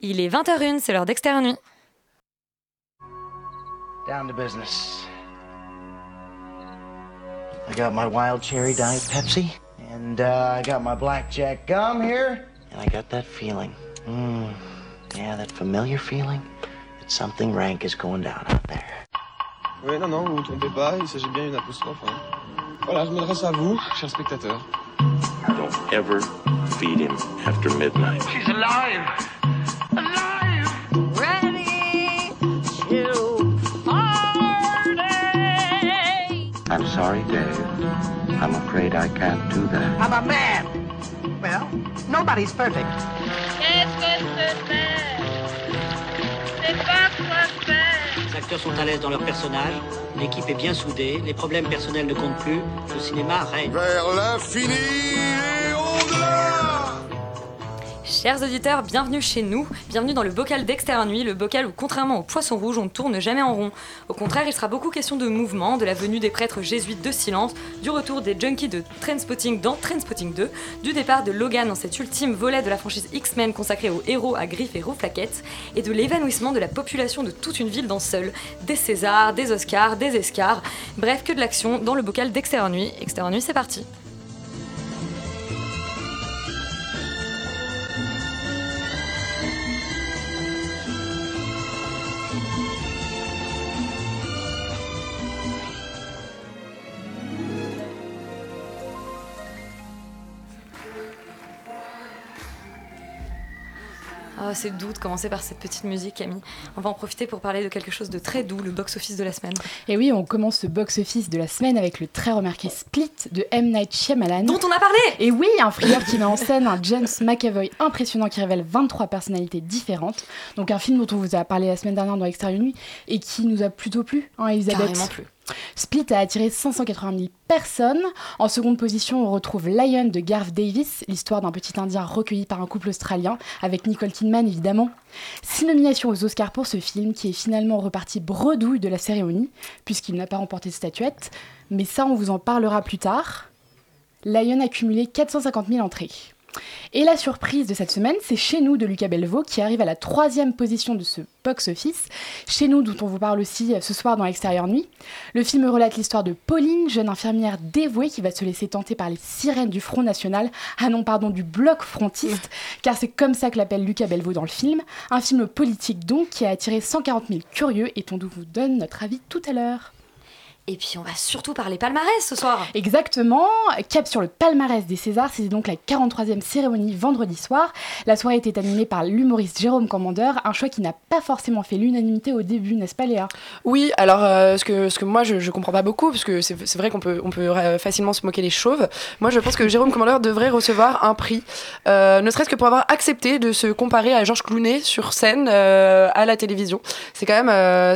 Il est 20h01, c'est l'heure d'Extérieur Nuit. Down to business. I got my wild cherry Diet Pepsi, and I got my blackjack gum here, and I got that feeling. Yeah, that familiar feeling that something rank is going down out there. Oui, non, vous ne vous trompez pas, il s'agit bien d'une apostrophe. Voilà, je m'adresse à vous, chers spectateurs. Don't ever feed him after midnight. She's alive! Alive! Ready to party! I'm sorry, Dave. I'm afraid I can't do that. I'm a man! Well, nobody's perfect. Qu'est-ce que c'est? C'est pas quoi faire! Les acteurs sont à l'aise dans leur personnage, l'équipe est bien soudée, les problèmes personnels ne comptent plus, le cinéma règne. Vers l'infini et au-delà! Chers auditeurs, bienvenue chez nous, bienvenue dans le bocal d'Extérieur Nuit, le bocal où, contrairement au poisson rouge, on ne tourne jamais en rond. Au contraire, il sera beaucoup question de mouvement, de la venue des prêtres jésuites de silence, du retour des junkies de Trainspotting dans Trainspotting 2, du départ de Logan dans cet ultime volet de la franchise X-Men consacré aux héros à griffes et rouflaquettes, et de l'évanouissement de la population de toute une ville dans Seul, des Césars, des Oscars, des Escars, bref, que de l'action dans le bocal d'Extérieur Nuit. Extérieur Nuit, c'est parti. Oh, c'est doux de commencer par cette petite musique, Camille. On va en profiter pour parler de quelque chose de très doux, le box-office de la semaine. Et oui, on commence ce box-office de la semaine avec le très remarqué Split de M. Night Shyamalan. Dont on a parlé! Et oui, un thriller qui met en scène un James McAvoy impressionnant qui révèle 23 personnalités différentes. Donc un film dont on vous a parlé la semaine dernière dans Extérieur Nuit et qui nous a plutôt plu, hein, Elisabeth? Carrément plu. Split a attiré 580 000 personnes. En seconde position, on retrouve Lion de Garth Davis, l'histoire d'un petit Indien recueilli par un couple australien, avec Nicole Kidman évidemment. 6 nominations aux Oscars pour ce film, qui est finalement reparti bredouille de la cérémonie, puisqu'il n'a pas remporté de statuette. Mais ça, on vous en parlera plus tard. Lion a cumulé 450 000 entrées. Et la surprise de cette semaine, c'est Chez nous de Luca Belvaux qui arrive à la 3e position de ce box-office. Chez nous, dont on vous parle aussi ce soir dans Extérieur Nuit. Le film relate l'histoire de Pauline, jeune infirmière dévouée qui va se laisser tenter par les sirènes du Front National, du bloc frontiste, car c'est comme ça que l'appelle Luca Belvaux dans le film. Un film politique donc qui a attiré 140 000 curieux et dont on vous donne notre avis tout à l'heure. Et puis on va surtout parler palmarès ce soir. Exactement, cap sur le palmarès des Césars, c'est donc la 43e cérémonie vendredi soir. La soirée était animée par l'humoriste Jérôme Commandeur, un choix qui n'a pas forcément fait l'unanimité au début, n'est-ce pas Léa ? Oui, alors ce que moi je comprends pas beaucoup, parce que c'est vrai qu'on peut facilement se moquer des chauves. Moi je pense que Jérôme Commandeur devrait recevoir un prix, ne serait-ce que pour avoir accepté de se comparer à Georges Clooney sur scène à la télévision. C'est quand même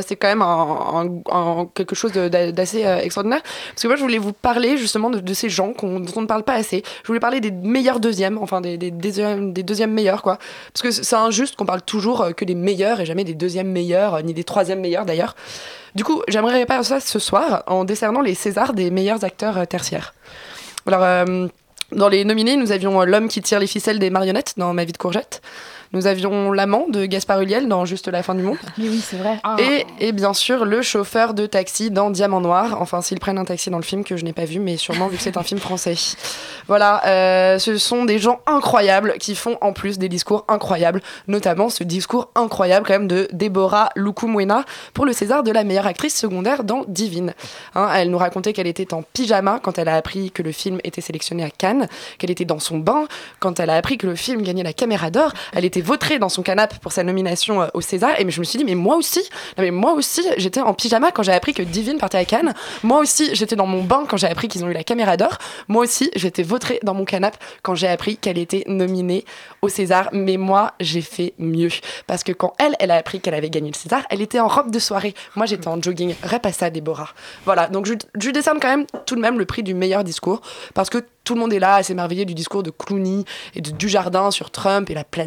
un quelque chose d'assez extraordinaire, parce que moi je voulais vous parler justement de ces gens dont on ne parle pas assez. Je voulais parler des meilleurs deuxièmes, enfin des deuxièmes meilleurs, quoi, parce que c'est injuste qu'on parle toujours que des meilleurs et jamais des deuxièmes meilleurs, ni des troisièmes meilleurs d'ailleurs. Du coup, j'aimerais faire ça ce soir en décernant les Césars des meilleurs acteurs tertiaires. Alors dans les nominés, nous avions l'homme qui tire les ficelles des marionnettes dans Ma vie de courgette. Nous avions l'amant de Gaspard Ulliel dans Juste la fin du monde. Mais oui, c'est vrai. Et bien sûr, le chauffeur de taxi dans Diamant Noir. Enfin, s'ils prennent un taxi dans le film que je n'ai pas vu, mais sûrement vu que c'est un film français. Voilà, ce sont des gens incroyables qui font en plus des discours incroyables. Notamment ce discours incroyable quand même de Deborah Lukumwena pour le César de la meilleure actrice secondaire dans Divine. Elle nous racontait qu'elle était en pyjama quand elle a appris que le film était sélectionné à Cannes, qu'elle était dans son bain quand elle a appris que le film gagnait la Caméra d'Or. Elle était vautrée dans son canapé pour sa nomination au César, et je me suis dit mais moi aussi j'étais en pyjama quand j'ai appris que Divine partait à Cannes. Moi aussi j'étais dans mon bain quand j'ai appris qu'ils ont eu la Caméra d'Or. Moi aussi j'étais vautrée dans mon canapé quand j'ai appris qu'elle était nominée au César. Mais moi j'ai fait mieux, parce que quand elle a appris qu'elle avait gagné le César, elle était en robe de soirée. Moi j'étais en jogging. Rep à ça, Déborah. Voilà, donc je décerne quand même tout de même le prix du meilleur discours, parce que tout le monde est là à s'émerveiller du discours de Clooney et de Dujardin sur Trump et la planète qui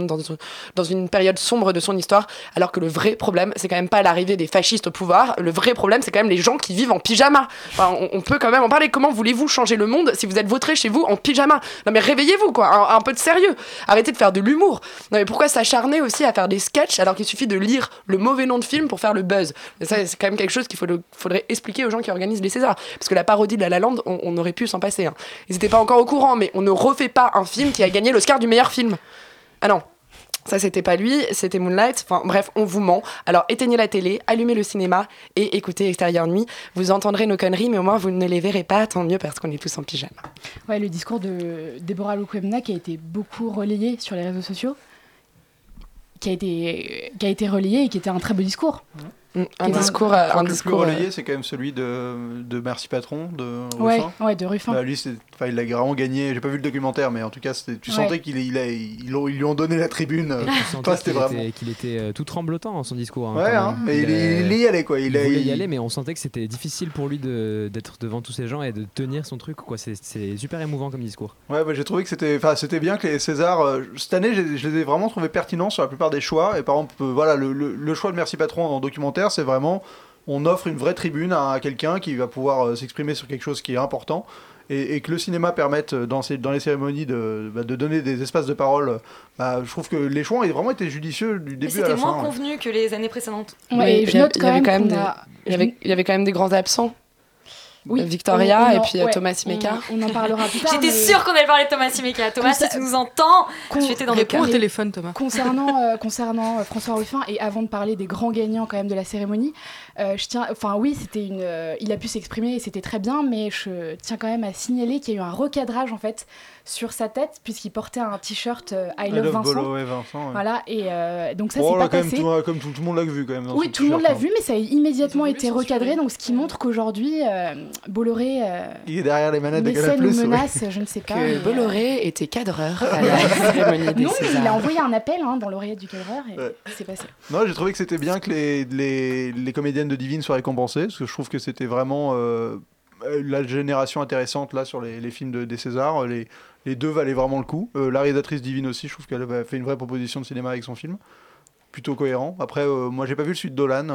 dans une période sombre de son histoire, alors que le vrai problème, c'est quand même pas l'arrivée des fascistes au pouvoir. Le vrai problème, c'est quand même les gens qui vivent en pyjama. Enfin, on peut quand même en parler. Comment voulez-vous changer le monde si vous êtes vautré chez vous en pyjama? Non mais réveillez-vous, quoi, un peu de sérieux. Arrêtez de faire de l'humour. Non mais pourquoi s'acharner aussi à faire des sketchs alors qu'il suffit de lire le mauvais nom de film pour faire le buzz? Et ça, c'est quand même quelque chose qu'il faudrait expliquer aux gens qui organisent les Césars. Parce que la parodie de La La Land, on aurait pu s'en passer. Hein. Ils n'étaient pas encore au courant, mais on ne refait pas un film qui a gagné l'Oscar du meilleur film. Ah non. Ça, c'était pas lui, c'était Moonlight. Enfin, bref, on vous ment. Alors, éteignez la télé, allumez le cinéma et écoutez Extérieur Nuit. Vous entendrez nos conneries, mais au moins, vous ne les verrez pas. Tant mieux, parce qu'on est tous en pyjama. Ouais, le discours de Deborah Lukwemna qui a été beaucoup relayé sur les réseaux sociaux, qui a été relayé et qui était un très beau discours. Un discours le plus relayé, c'est quand même celui de Merci Patron de Ruffin. Ouais, de Ruffin. Bah, lui, il a vraiment gagné. J'ai pas vu le documentaire, mais en tout cas, tu sentais qu'ils lui ont donné la tribune. Toi, c'était vraiment. Qu'il était tout tremblotant dans son discours. Hein, ouais, hein, et il y allait quoi. Il voulait y aller, mais on sentait que c'était difficile pour lui d'être devant tous ces gens et de tenir son truc. Quoi. C'est super émouvant comme discours. Ouais, bah, j'ai trouvé que c'était bien que les Césars. Cette année, je les ai vraiment trouvés pertinents sur la plupart des choix. Et par exemple, voilà, le choix de Merci Patron en documentaire, c'est vraiment, on offre une vraie tribune à quelqu'un qui va pouvoir s'exprimer sur quelque chose qui est important et que le cinéma permette dans les cérémonies de donner des espaces de parole. Je trouve que les choix ont vraiment été judicieux du début à la fin. C'était moins convenu que les années précédentes. Ouais, et je note quand même il y avait quand même des grands absents. Oui, Victoria et puis Thomas Simeka. On en parlera plus tard. J'étais sûre qu'on allait parler de Thomas Simeka. Thomas, si tu nous entends, tu étais dans le cœur. Réponds au téléphone, Thomas. Concernant François Ruffin, et avant de parler des grands gagnants quand même de la cérémonie, il a pu s'exprimer et c'était très bien, mais je tiens quand même à signaler qu'il y a eu un recadrage en fait sur sa tête puisqu'il portait un t-shirt I Love Vincent. Bolloré, Vincent, ouais. Voilà, et donc ça c'est pas passé. Comme tout le monde l'a vu quand même. Oui, tout le monde l'a vu, mais ça a immédiatement été recadré, donc ce qui montre qu'aujourd'hui Bolloré il est derrière les manettes de Canal+, Canal+, menace, je ne sais pas. Que Bolloré était cadreur à la cérémonie des Non, mais Césars. il a envoyé un appel dans l'oreillette du cadreur et c'est passé. Non, j'ai trouvé que c'était bien que les comédiennes de Divine soient récompensées, parce que je trouve que c'était vraiment la génération intéressante là sur les films des Césars. Les deux valaient vraiment le coup. La réalisatrice Divine aussi, je trouve qu'elle a fait une vraie proposition de cinéma avec son film. Plutôt cohérent. Après, moi j'ai pas vu le suite Dolan.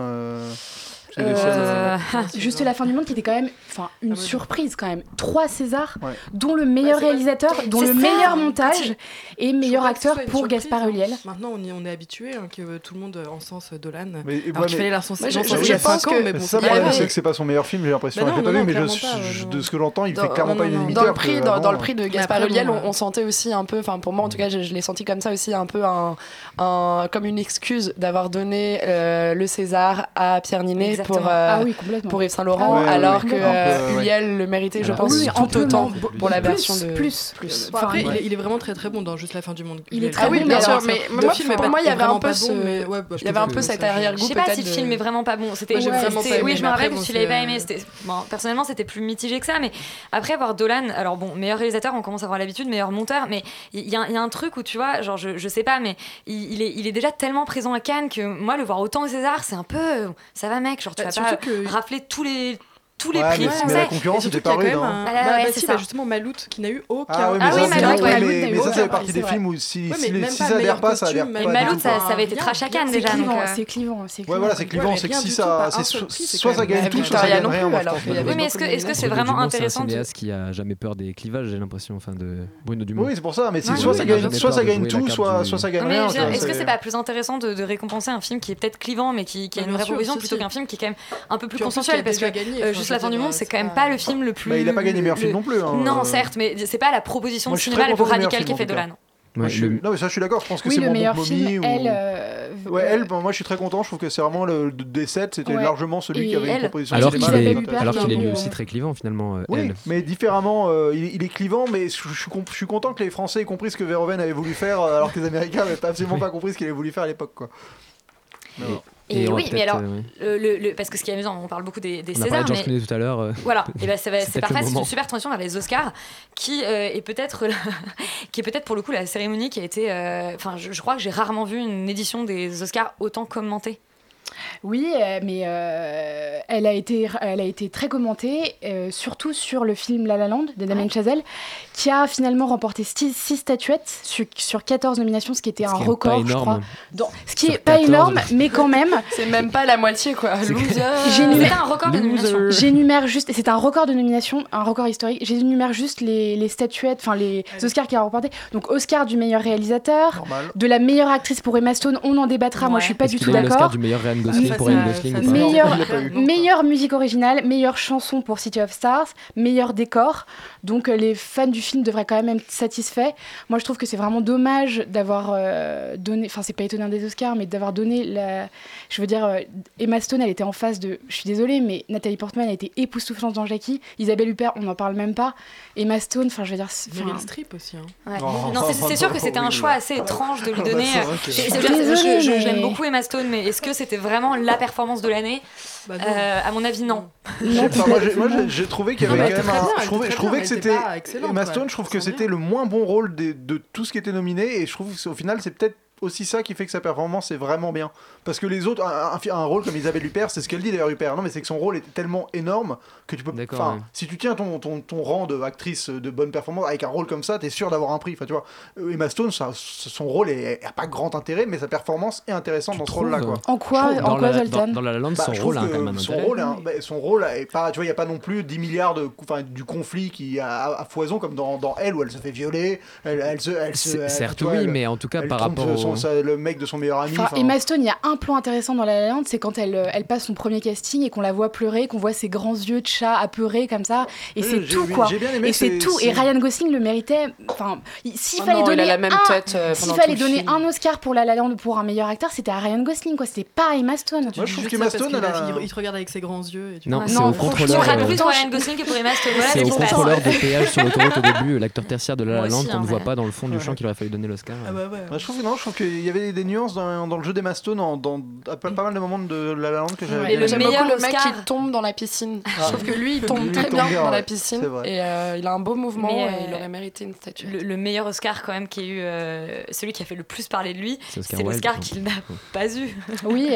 Juste La fin du monde qui était quand même une surprise quand même. 3 Césars, dont le meilleur réalisateur, dont le meilleur montage et meilleur acteur pour Gaspard Ulliel. Maintenant on est habitué que tout le monde encense Dolan. Alors qu'il fallait la recenser il y a 5 ans, mais bon. Ça, le problème, c'est que c'est pas son meilleur film, j'ai l'impression. Je l'ai pas vu, mais de ce que j'entends, il fait clairement pas unanimité. Dans le prix de Gaspard Ulliel, on sentait aussi un peu, pour moi en tout cas, je l'ai senti comme ça aussi, un peu comme une excuse d'avoir donné le César à Pierre Ninet pour Yves Saint Laurent, alors que Ulliel le méritait, je pense, tout autant pour la version de plus. Après, il est vraiment très très bon dans Juste la fin du monde. Il est très bon, bien sûr, mais pour moi il y avait un peu cet arrière-goût. Je sais pas si le film est vraiment pas bon. Oui, je me rappelle que tu l'avais pas aimé. Personnellement, c'était plus mitigé que ça, mais après voir Dolan, alors bon, meilleur réalisateur, on commence à avoir l'habitude, meilleur monteur, mais il y a un truc où tu vois, genre je sais pas, mais il est déjà tellement présent à Cannes que moi le voir autant au César, c'est un peu, ça va mec, genre tu vas pas rafler tous les prix français. Mais la concurrence était pas rude. Justement Maloute qui n'a eu aucun. Ah oui, mais ça fait partie des films où si ça adhère pas, ça adhère pas. Et Maloute, ça avait été trash à Cannes déjà. C'est clivant. Ouais, voilà, c'est clivant. C'est que si ça, soit ça gagne tout, soit ça gagne rien. Oui, mais est-ce que c'est vraiment intéressant? C'est un cinéaste qui a jamais peur des clivages, j'ai l'impression, de Bruno Dumont. Oui, c'est pour ça. Mais soit ça gagne tout, soit ça gagne rien. Est-ce que c'est pas plus intéressant de récompenser un film qui est peut-être clivant, mais qui a une vraie proposition, plutôt qu'un film qui est quand même un peu plus consensuel, parce que Juste la fin du monde, c'est quand même pas le film le plus. Il a pas gagné meilleur film non plus. Non, certes, mais c'est pas la proposition de cinéma la plus radicale qui fait Dolan. Non, mais ça, je suis d'accord. Je pense que c'est le meilleur film. Elle, moi, je suis très content. Je trouve que c'est vraiment le D7. C'était largement celui qui avait une proposition. Alors qu'il est lui aussi très clivant finalement. Oui, mais différemment. Il est clivant, mais je suis content que les Français aient compris ce que Verhoeven avait voulu faire, alors que les Américains n'avaient absolument pas compris ce qu'il avait voulu faire à l'époque, quoi. Et oui, mais alors, parce que ce qui est amusant, on parle beaucoup des Césars. On a parlé de Georges Clooney tout à l'heure. Voilà, et ben c'est parfait, c'est une super transition vers les Oscars, qui est peut-être pour le coup la cérémonie qui a été. Je crois que j'ai rarement vu une édition des Oscars autant commentée. Oui, mais elle a été très commentée, surtout sur le film La La Land de Damien Chazelle, qui a finalement remporté 6 statuettes sur 14 nominations, ce qui était un record, je crois. Ce qui est pas énorme, mais quand même. C'est même pas la moitié, quoi. Loser. C'était un record de nomination. J'énumère juste, c'est un record de nomination, un record historique. J'énumère juste les statuettes, enfin les Oscars qu'il a remporté. Donc Oscar du meilleur réalisateur, de la meilleure actrice pour Emma Stone, on en débattra. Moi, je suis pas du tout d'accord. L'Oscar du meilleur Ryan Gosling pour Ryan Gosling. Meilleure musique originale, meilleure chanson pour City of Stars, meilleur décor. Donc les fans du film devraient quand même être satisfaits. Moi, je trouve que c'est vraiment dommage d'avoir donné, enfin c'est pas étonnant des Oscars, mais d'avoir donné je veux dire, Emma Stone, elle était en face de, je suis désolée, mais Nathalie Portman a été époustouflante dans Jackie. Isabelle Huppert, on n'en parle même pas. Emma Stone, enfin je veux dire, Meryl Streep aussi. Ouais. Non, c'est sûr que c'était un choix assez étrange de lui donner. Désolée, J'aime beaucoup Emma Stone, mais est-ce que c'était vraiment la performance de l'année? À mon avis, non. Moi, j'ai trouvé qu'il y avait quand même je trouvais que c'était Emma Stone. Je trouve que c'était le moins bon rôle de tout ce qui était nominé, et je trouve qu'au final, c'est peut-être aussi ça qui fait que sa performance est vraiment bien. Parce que les autres, un rôle comme Isabelle Huppert, c'est ce qu'elle dit d'ailleurs, Huppert. Non, mais c'est que son rôle était tellement énorme que tu peux. Enfin, si tu tiens ton rang d'actrice de bonne performance avec un rôle comme ça, t'es sûr d'avoir un prix. Enfin, tu vois, Emma Stone, son rôle n'a pas grand intérêt, mais sa performance est intéressante dans ce rôle-là, quoi. En quoi, Zoltan? Dans La La Land, son rôle a quand même un intérêt. Son rôle est pas, tu vois, il y a pas non plus 10 milliards du conflit qui à foison comme dans Elle, où elle se fait violer, certes oui, mais en tout cas par rapport le mec de son meilleur ami. Emma Stone, il y a un plan intéressant dans La La Land, c'est quand elle passe son premier casting et qu'on la voit pleurer, qu'on voit ses grands yeux de chat apeurés comme ça, et c'est tout, quoi. Et c'est tout. Et Ryan Gosling le méritait. Enfin, s'il fallait donner un Oscar pour La La Land pour un meilleur acteur, c'était à Ryan Gosling, quoi. C'était pas à Emma Stone. Moi, je trouve qu'Emma Stone, il te regarde avec ses grands yeux. Non, c'est au contrôleur. Plus pour Ryan Gosling que pour Emma Stone. C'est au contrôleur de péage sur l'autoroute au début, l'acteur tertiaire de La La Land qu'on ne voit pas dans le fond du champ qu'il aurait fallu donner l'Oscar. Je trouve qu'il y avait des nuances dans le jeu d'Emma Stone à pas mal de moments de La La Land que j'avais. Et j'aime beaucoup le mec qui tombe dans la piscine. Je trouve que lui, il tombe très bien dans la piscine et il a un beau mouvement et il aurait mérité une statuette. Le meilleur Oscar quand même qui a eu, celui qui a fait le plus parler de lui, c'est l'Oscar qu'il n'a pas eu. Oui.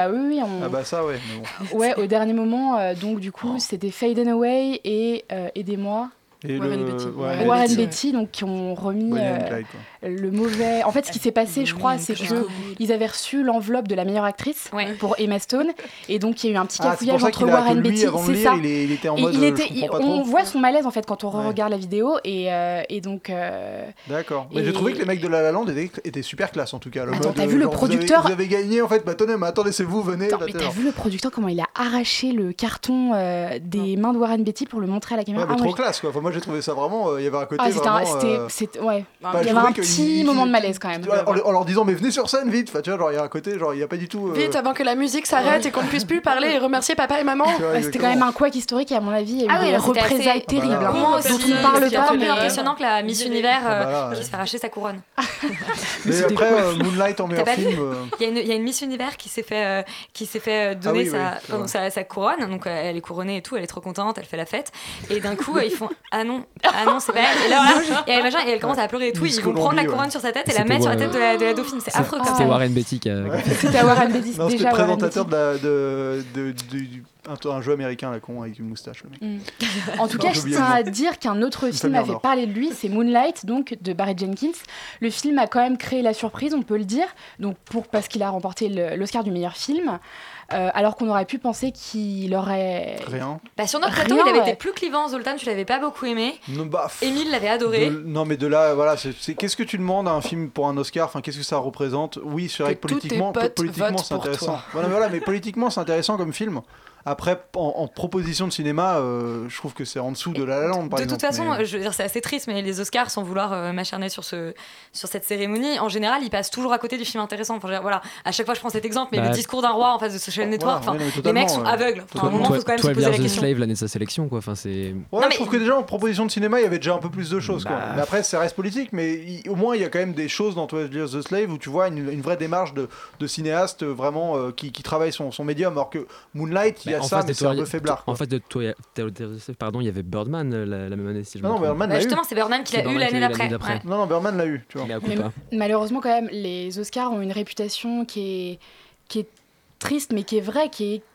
Ça ouais. Ouais, au dernier moment, donc du coup, c'était Fade and Away et aidez-moi. Warren Beatty, donc qui ont remis le mauvais. En fait, ce qui s'est passé, je crois, c'est qu'ils avaient reçu l'enveloppe de la meilleure actrice pour Emma Stone, et donc il y a eu un petit cafouillage entre Warren Beatty. C'est ça. Il était en mode. On voit son malaise en fait quand on regarde la vidéo, et donc. D'accord. Mais j'ai trouvé que les mecs de La La Land étaient super classe en tout cas. Attends, t'as vu le producteur? Vous avez gagné en fait. Tenez, mais attendez, c'est vous, venez. Mais t'as vu le producteur comment il a arraché le carton des mains de Warren Beatty pour le montrer à la caméra? Trop classe quoi. Moi j'ai trouvé ça vraiment, il y avait un côté il y avait un petit moment de malaise quand même. En leur disant mais venez sur scène vite, enfin tu vois, genre il y a un côté, genre il y a pas du tout vite avant que la musique s'arrête et qu'on ne puisse plus parler et remercier papa et maman. C'était quand même un couac historique et à mon avis il y a eu des représailles terribles dont on ne parle pas. C'est plus impressionnant que la Miss Univers qui se fait arracher sa couronne. Mais après Moonlight en meilleur film. Il y a une Miss Univers qui s'est fait donner sa couronne, donc elle est couronnée et tout, elle est trop contente, elle fait la fête, et d'un coup ils font ah non c'est pas elle, et là voilà, et elle commence à pleurer et tout, ils vont prendre la couronne sur sa tête et la mettre sur la tête de la dauphine, c'est affreux comme ça. C'était Warren Beatty qui a c'était Warren Beatty déjà. C'était le présentateur un jeu américain la con avec une moustache le mec. En tout cas, je tiens à dire qu'un autre film a fait parler de lui, c'est Moonlight, donc de Barry Jenkins. Le film a quand même créé la surprise, on peut le dire, donc parce qu'il a remporté l'Oscar du meilleur film. Alors qu'on aurait pu penser qu'il aurait rien. Sur notre plateau, il avait été plus clivant. Zoltan, tu l'avais pas beaucoup aimé. Émile l'avait adoré. Non, mais de là, voilà, qu'est-ce que tu demandes à un film pour un Oscar? Enfin, qu'est-ce que ça représente? Oui, c'est vrai que politiquement, c'est intéressant. Voilà, mais politiquement, c'est intéressant comme film. Après, en proposition de cinéma, je trouve que c'est en dessous de La La Land, par exemple. De toute façon, je veux dire, c'est assez triste, mais les Oscars, sans vouloir m'acharner sur cette cérémonie, en général, ils passent toujours à côté du film intéressant. Enfin, voilà, à chaque fois, je prends cet exemple, mais le discours d'un roi en face de Social Network, les mecs sont aveugles. À un moment, il faut quand même se poser la question. Slave, l'année de sa sélection, quoi. Enfin, c'est. Ouais, je trouve que déjà en proposition de cinéma, il y avait déjà un peu plus de choses, quoi. Mais après, ça reste politique, mais au moins, il y a quand même des choses dans 12 Years a Slave où tu vois une vraie démarche de cinéaste vraiment qui travaille son médium, alors que Moonlight, il y a ça, mais c'est un peu faiblard. En fait, pardon, il y avait Birdman la même année, si je me trompe. Non, Birdman l'a eu. Justement, c'est Birdman qui l'a eu l'année d'après. Non, Birdman l'a eu, tu vois. Malheureusement, quand même, les Oscars ont une réputation qui est triste, mais qui est vrai,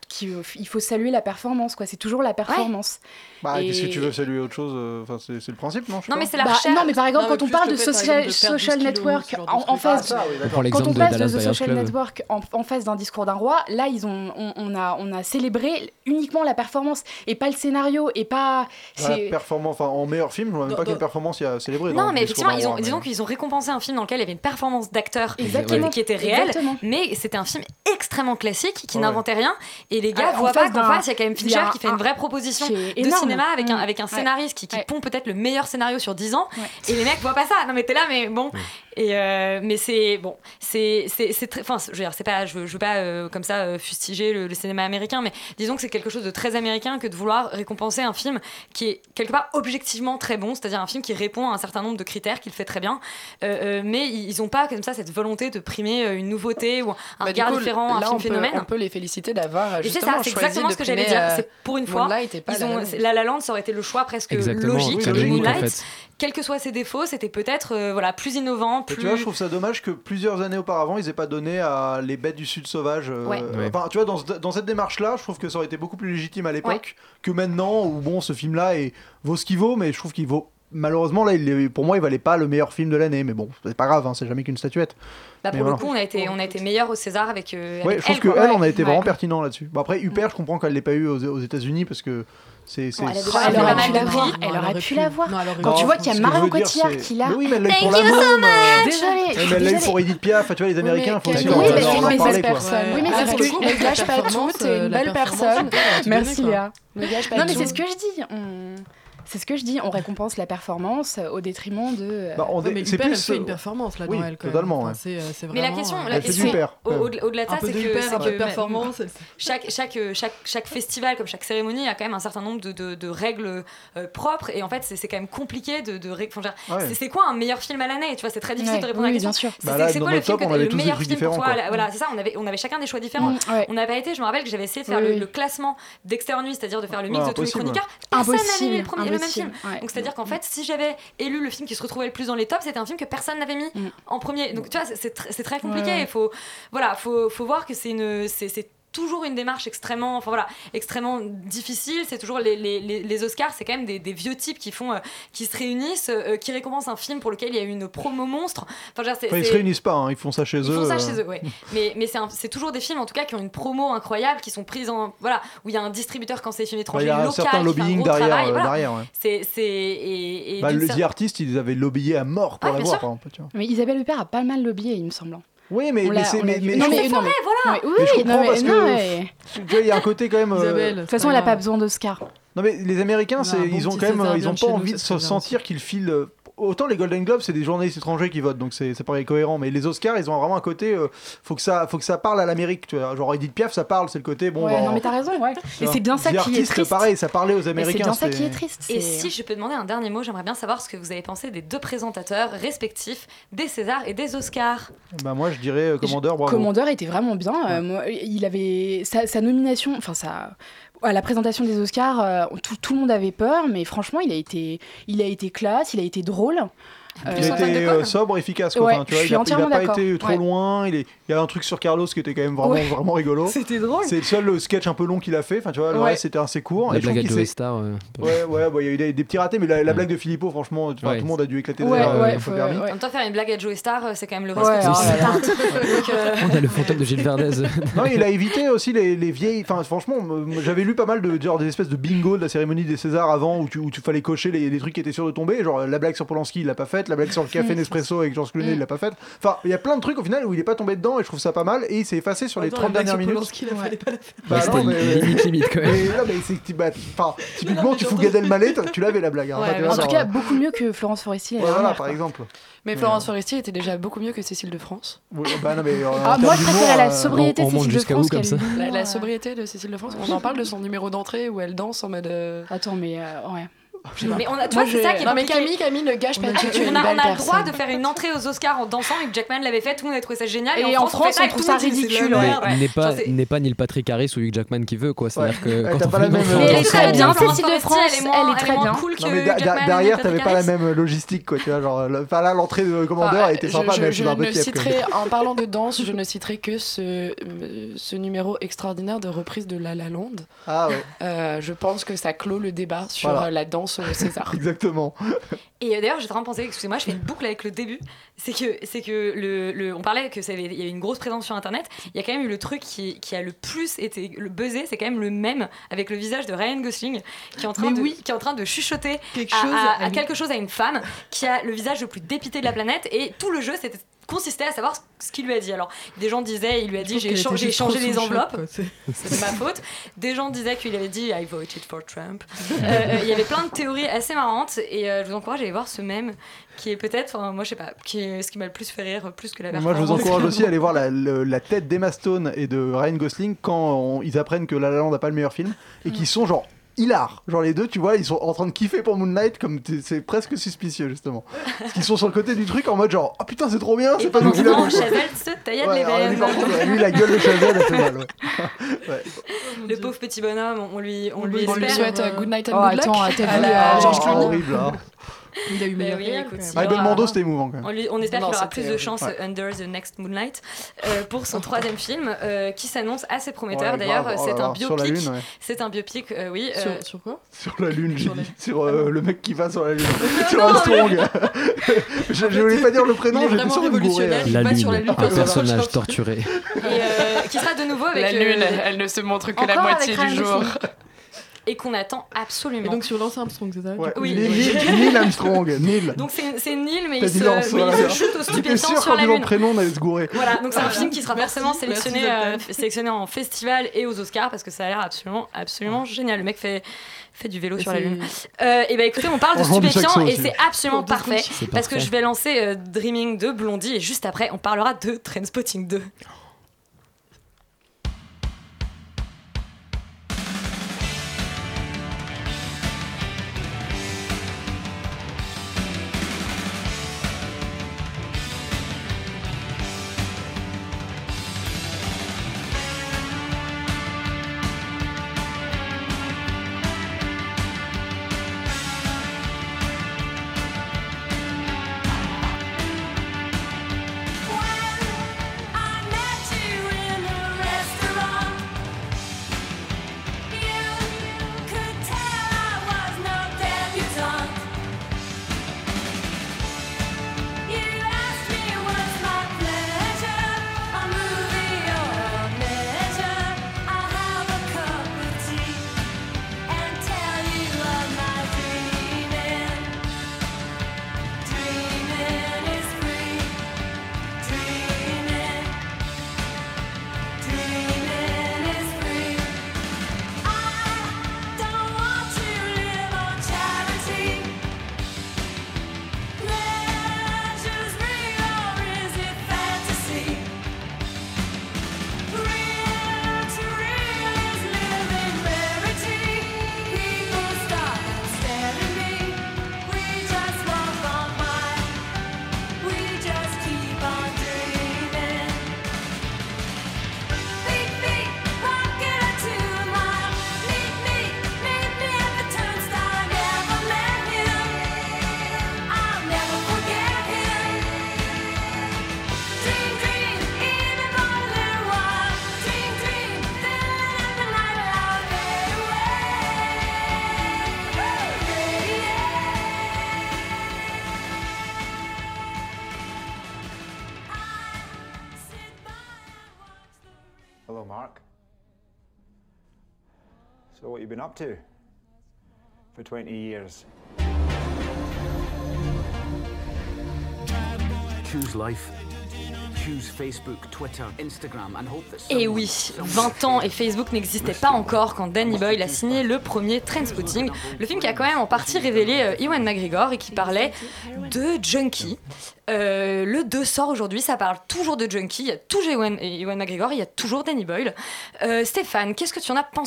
il faut saluer la performance, quoi. C'est toujours la performance. Bah, Et- qu'est-ce que tu veux saluer autre chose Enfin, c'est le principe, non? Non, mais c'est la Bah, recherche. non, mais par exemple, Non, mais quand on plus parle le de fait, par social, exemple, de perdre social 12 kilos, network ce genre de en truc. face, ça, oui, On d'accord. prend quand l'exemple on de passe de Dallas The Buyers Social Club. Network en face d'un discours d'un roi, là on a célébré uniquement la performance et pas le scénario et pas. C'est- Performance, enfin, en meilleur film, je vois même pas Dans- quelle performance il y a célébré. Non, dans mais le discours effectivement, d'un roi, disons mais- qu'ils ont récompensé un film dans lequel il y avait une performance d'acteur Exactement. qui était réelle, Exactement. mais c'était un film extrêmement classique qui Ouais. n'inventait rien. Et les gars Ah, en voient pas face qu'en d'un- face, il y a quand même il y a Fincher qui fait un- une vraie proposition qui est de énorme. cinéma avec un Ouais. scénariste qui Ouais. pond peut-être le meilleur scénario sur 10 ans. Ouais. Et les mecs voient pas ça. Non, mais t'es là, mais bon. Et mais c'est bon, c'est très, enfin, je veux dire, c'est pas, je veux pas comme ça fustiger le cinéma américain, mais disons que c'est quelque chose de très américain que de vouloir récompenser un film qui est quelque part objectivement très bon, c'est-à-dire un film qui répond à un certain nombre de critères, qu'il fait très bien, mais ils ont pas comme ça cette volonté de primer une nouveauté ou un Bah, du regard coup, différent, un là, film phénomène. on peut les féliciter d'avoir Et c'est justement ça, c'est choisi exactement de ce que j'allais primer, dire. C'est pour une fois, Moonlight et pas ils ont, La La Land. La La Land, ça aurait été le choix presque Exactement, logique. très Et logique, en Moonlight, fait. quels que soient ses défauts, c'était peut-être voilà plus innovant, Et plus. tu vois, je trouve ça dommage que plusieurs années auparavant, ils aient pas donné à les bêtes du Sud sauvage. Ouais. Ouais. Enfin, tu vois, dans cette démarche-là, je trouve que ça aurait été beaucoup plus légitime à l'époque que maintenant, où bon, ce film-là vaut ce qu'il vaut, mais je trouve qu'il vaut. Malheureusement, là, pour moi, il valait pas le meilleur film de l'année, mais bon, c'est pas grave, hein, c'est jamais qu'une statuette. Bah, Mais pour voilà. le coup, on a été meilleur au César avec. Ouais, avec je trouve elle, que quoi. elle, on a été Ouais. vraiment pertinent là-dessus. Bon, après, Huppert, je comprends qu'elle l'ait pas eu aux États-Unis parce que c'est. Bon, elle a Oh, déjà elle pas aurait mal pu de l'avoir. prix. Elle aurait pu l'avoir. Non, elle aurait Quand tu pu. vois qu'il y a ce que je Marion veux dire, Cotillard c'est- qui l'a. Mais oui, mais elle l'a eu Thank pour you la so môme. Désolée. Mais elle l'a eu pour Edith Piaf, enfin, tu vois, les Américains, faut mais aussi quelle- en Oui, mais en c'est- mais parler, c'est quoi. personne. Oui, mais Ah, c'est pour ce le que coup, je- ne gâche pas performance, tout, t'es une la belle performance, personne. on peut tout donner, Merci quoi. Léa. Ne gâche pas Non, mais tout. c'est ce que je dis. C'est ce que je dis. On récompense la performance au détriment de. Bah, Ouais, mais c'est Huppert, elle plus. fait une performance là oui, dans elle. Quand totalement, même. ouais. Enfin, c'est Mais la vraiment, question, Elle fait du Huppert, quand même. au-delà de un ça, peu c'est de que, Huppert, un peu de c'est que performance. chaque festival, comme chaque cérémonie, a quand même un certain nombre de règles propres. Et en fait, c'est quand même compliqué enfin, Ouais. c'est quoi un meilleur film à l'année? Tu vois, c'est très difficile Ouais, de répondre à oui, la bien question. sûr. Bah là, C'est dans quoi le notre film top, on avait le tous des meilleur trucs film pour différents, toi? quoi. Voilà, c'est ça. On avait chacun des choix différents. Ouais. On n'a pas été. Je me rappelle que j'avais essayé de faire Oui, le oui. classement d'Extérieur Nuit, c'est-à-dire de faire le mix Ouais, de tous les impossible. chroniqueurs. Personne n'avait mis le même Impossible. film. Ouais. Donc c'est-à-dire qu'en fait, si j'avais élu le film qui se retrouvait le plus dans les tops, c'était un film que personne n'avait mis en premier. Donc tu vois, c'est très compliqué. Ouais. Il faut voir que c'est toujours une démarche extrêmement difficile. C'est toujours les Oscars, c'est quand même des vieux types qui se réunissent, qui récompensent un film pour lequel il y a eu une promo monstre. Enfin, genre, Enfin, ils se réunissent pas, hein, ils font ça chez eux. ils font ça chez eux, ouais. Mais c'est toujours des films en tout cas qui ont une promo incroyable, qui sont prises où il y a un distributeur quand c'est des films Enfin, étrangers il y a un local, certain qui fait un lobbying gros derrière, travail, voilà. derrière, ouais. Et Bah, d'une le cer- The Artist, ils avaient lobbyé à mort pour Ah, bien l'avoir, sûr. par exemple. Tu vois. Mais Isabelle Huppert a pas mal lobbyé, il me semble. Oui, mais On l'a- c'est. on l'a Mais vu. je Non, comprends- mais non, mais voilà. oui, mais je oui, comprends non, parce mais que. non, mais- Tu vois, il y a un côté quand même. Isabelle. De toute façon, elle a pas besoin d'Oscar. Non mais les Américains, On a un bon ils ont petit quand même, César ils bien ont de chez pas nous, envie de c'est se très bien sentir qu'ils filent. Autant les Golden Globes, c'est des journalistes étrangers qui votent, donc c'est pareil cohérent. Mais les Oscars, ils ont vraiment un côté, faut que ça parle à l'Amérique. Tu vois, genre Edith Piaf, ça parle, c'est le côté bon. Ouais, bah, non, mais t'as raison, ouais. tu Et vois. c'est bien ça The qui est Artist, triste. pareil, ça parlait aux Et c'est Américains. bien ça qui c'était- est triste. Et c'est- si je peux demander un dernier mot, j'aimerais bien savoir ce que vous avez pensé des deux présentateurs respectifs des Césars et des Oscars. Bah moi, je dirais Commandeur, bravo. Commandeur était vraiment bien. Moi, il avait sa nomination, enfin à la présentation des Oscars, tout le monde avait peur, mais franchement, il a été classe, il a été drôle. Il a été sobre, efficace. Quoi. Ouais, Enfin, tu vois, je suis il a entièrement pas d'accord. été trop Ouais. loin. Il y a un truc sur Carlos qui était quand même vraiment, Ouais. vraiment rigolo. C'était drôle. C'est le seul sketch un peu long qu'il a fait. Enfin, tu vois, le Ouais. reste c'était assez court. La Et je trouve blague à qu'il Joey s'est- Star. Ouais, bah, il y a eu des petits ratés, mais la blague de Philippot, franchement, tout le monde a dû éclater de Ouais, rire, ouais, un peu faut- permis. En même temps, faire une blague à Joey Star, c'est quand même le Ouais, risque. alors, de- là, Donc, On a le fantôme de Gilles Verdez. Non, il a évité aussi les vieilles. Enfin, franchement, j'avais lu pas mal des espèces de bingo de la cérémonie des Césars avant où tu fallait cocher les trucs qui étaient sûrs de tomber. Genre la blague sur Polanski, il l'a pas faite. La blague sur le café Nespresso avec Georges Clooney, il l'a pas faite. Enfin, il y a plein de trucs au final où il est pas tombé dedans et je trouve ça pas mal. Et il s'est effacé sur les Attends, 30 la blague dernières sur minutes. Polanski, il fallait pas la faire. Bah, C'était non, mais- limite quand même. Mais non, mais c'est que enfin, typiquement, tu fous Gad Elmaleh, tu l'avais la blague. Hein, Ouais, Enfin, tu mais vois, en tout genre, cas, beaucoup mieux que Florence Foresti. l'année voilà, dernière, par quoi. exemple. Mais Florence Foresti était déjà beaucoup mieux que Cécile de France. Oui, bah non, mais, Ah, moi, je préfère la sobriété on de monte Cécile de jusqu'à où, France comme qu'elle ça La sobriété de Cécile de France, on en parle de son numéro d'entrée où elle danse en mode. Attends, mais ouais. Mais tu vois, c'est ça qui est Non mais compliqué. Camille, ne gâche pas. Tu es On une a belle le droit personne. de faire une entrée aux Oscars en dansant et que Jackman l'avait fait, tout le monde a trouvé ça génial. Et en France, on trouve ça ridicule. N'est pas Neil Patrick Harris ou Hugh Jackman qui veut, quoi. C'est-à-dire que quand t'as on pas fait la une même- entrée Mais en elle est dansant, très bien, Cécile de France, elle est très bien. Cool que Non, mais Jackman derrière, et t'avais Patrick pas la Harris. même logistique, quoi. Tu vois, genre, là, l'entrée de commandeur a été sympa, mais Je c'est un peu ne tiède, citerai, en parlant de danse, je ne citerai que ce numéro extraordinaire de reprise de La La Land. Ah ouais. Je pense que ça clôt le débat sur Voilà. la danse au César. Exactement. Et d'ailleurs, j'étais en train de penser, excusez-moi, je fais une boucle avec le début. C'est que on parlait que il y avait une grosse présence sur Internet. Il y a quand même eu le truc qui a le plus été le buzzé, c'est quand même le mème avec le visage de Ryan Gosling qui est en train de chuchoter quelque chose à une femme qui a le visage le plus dépité de la planète. Et tout le jeu, c'était consistait à savoir ce qu'il lui a dit. Alors, des gens disaient, il lui a dit j'ai changé les enveloppes, c'est de ma faute. Des gens disaient qu'il avait dit I voted for Trump. Il y avait plein de théories assez marrantes et je vous encourage à aller voir ce mème qui est peut-être, moi je sais pas, qui est ce qui m'a le plus fait rire, plus que la Moi, je vous encourage aussi à aller voir la tête d'Emma Stone et de Ryan Gosling quand ils apprennent que La La Land n'a pas le meilleur film et qu'ils sont genre hilar. Genre les deux, tu vois, ils sont en train de kiffer pour Moonlight, comme c'est presque suspicieux justement. Parce qu'ils sont sur le côté du truc en mode genre oh putain c'est trop bien, c'est pas nous qui l'avons. Chazelle se taillade les lui, veines. par contre, lui la gueule de Chazelle elle fait mal. Ouais. Le pauvre petit bonhomme, on lui souhaite good night and Oh, good luck. attends, t'as à vu, la George Clooney. Horrible. Hein. Il a eu meilleur rire. Ah, Belmondo c'était émouvant quand même. On espère qu'il aura plus de horrible. chance Ouais. Under the Next Moonlight pour son troisième film qui s'annonce assez prometteur. Ouais, D'ailleurs, grave. Oh c'est là un là, sur la biopic. Lune, ouais. C'est un biopic, oui. Sur quoi? Sur la Lune, j'ai dit. Sur le mec qui va sur la Lune. Sur Armstrong. Je voulais pas dire le prénom, j'étais vraiment sûr de me gourer. révolutionnaire. La va sur la Lune, Lune un comme ça. personnage torturé. Qui sera de nouveau avec La lune, elle ne se montre que la encore moitié avec du Ryan jour. Gosling. Et qu'on attend absolument. Et donc sur Lance Armstrong, c'est ça? Ouais. Oui. Neil Armstrong, Neil. Donc c'est Neil, mais T'as il dit Lance, se voilà. chute au J'étais stupéfiant sûr sur qu'en la disant le Lune. prénom on allait se gourer. Voilà, donc c'est un film qui sera Merci, forcément merci, sélectionné en festival et aux Oscars parce que ça a l'air absolument génial. Le mec fait du vélo sur la Lune. Et bah écoutez, on parle de On vend du stupéfiants saxo et aussi. c'est absolument parfait parce que parfait. je vais lancer Dreaming de Blondie et juste après on parlera de Trainspotting 2. I met you in a restaurant. You could tell I was no debutante. You asked me what's my pleasure, a movie or a measure. I'll have a cup of tea and tell you of my dreaming. Dreaming is free. Dreaming is free. I don't want to live on charity. Pleasure's real or is it fantasy? Real to real is living rarity. People stop and stare at me. We just walk on by. We just keep on dreaming. Beat me, rocket a 2 mile. Meet me at the turnstile. I never met him. I'll never forget him. Dream, even for a little while. Dream, then let the night out fade away. Hello, Mark. So, what you been up to for 20 years? Choose life. Choose Facebook, Twitter, Instagram, and hope that Et oui, 20 ans et Facebook n'existait pas encore quand Danny Boyle a signé le premier Trainspotting, le film qui a quand même en partie révélé Ewan McGregor et qui parlait de junkie. Le 2 sort aujourd'hui, ça parle toujours de junkie, il y a toujours Ewan McGregor, il y a toujours Danny Boyle. Stéphane, qu'est-ce que tu en as pensé ?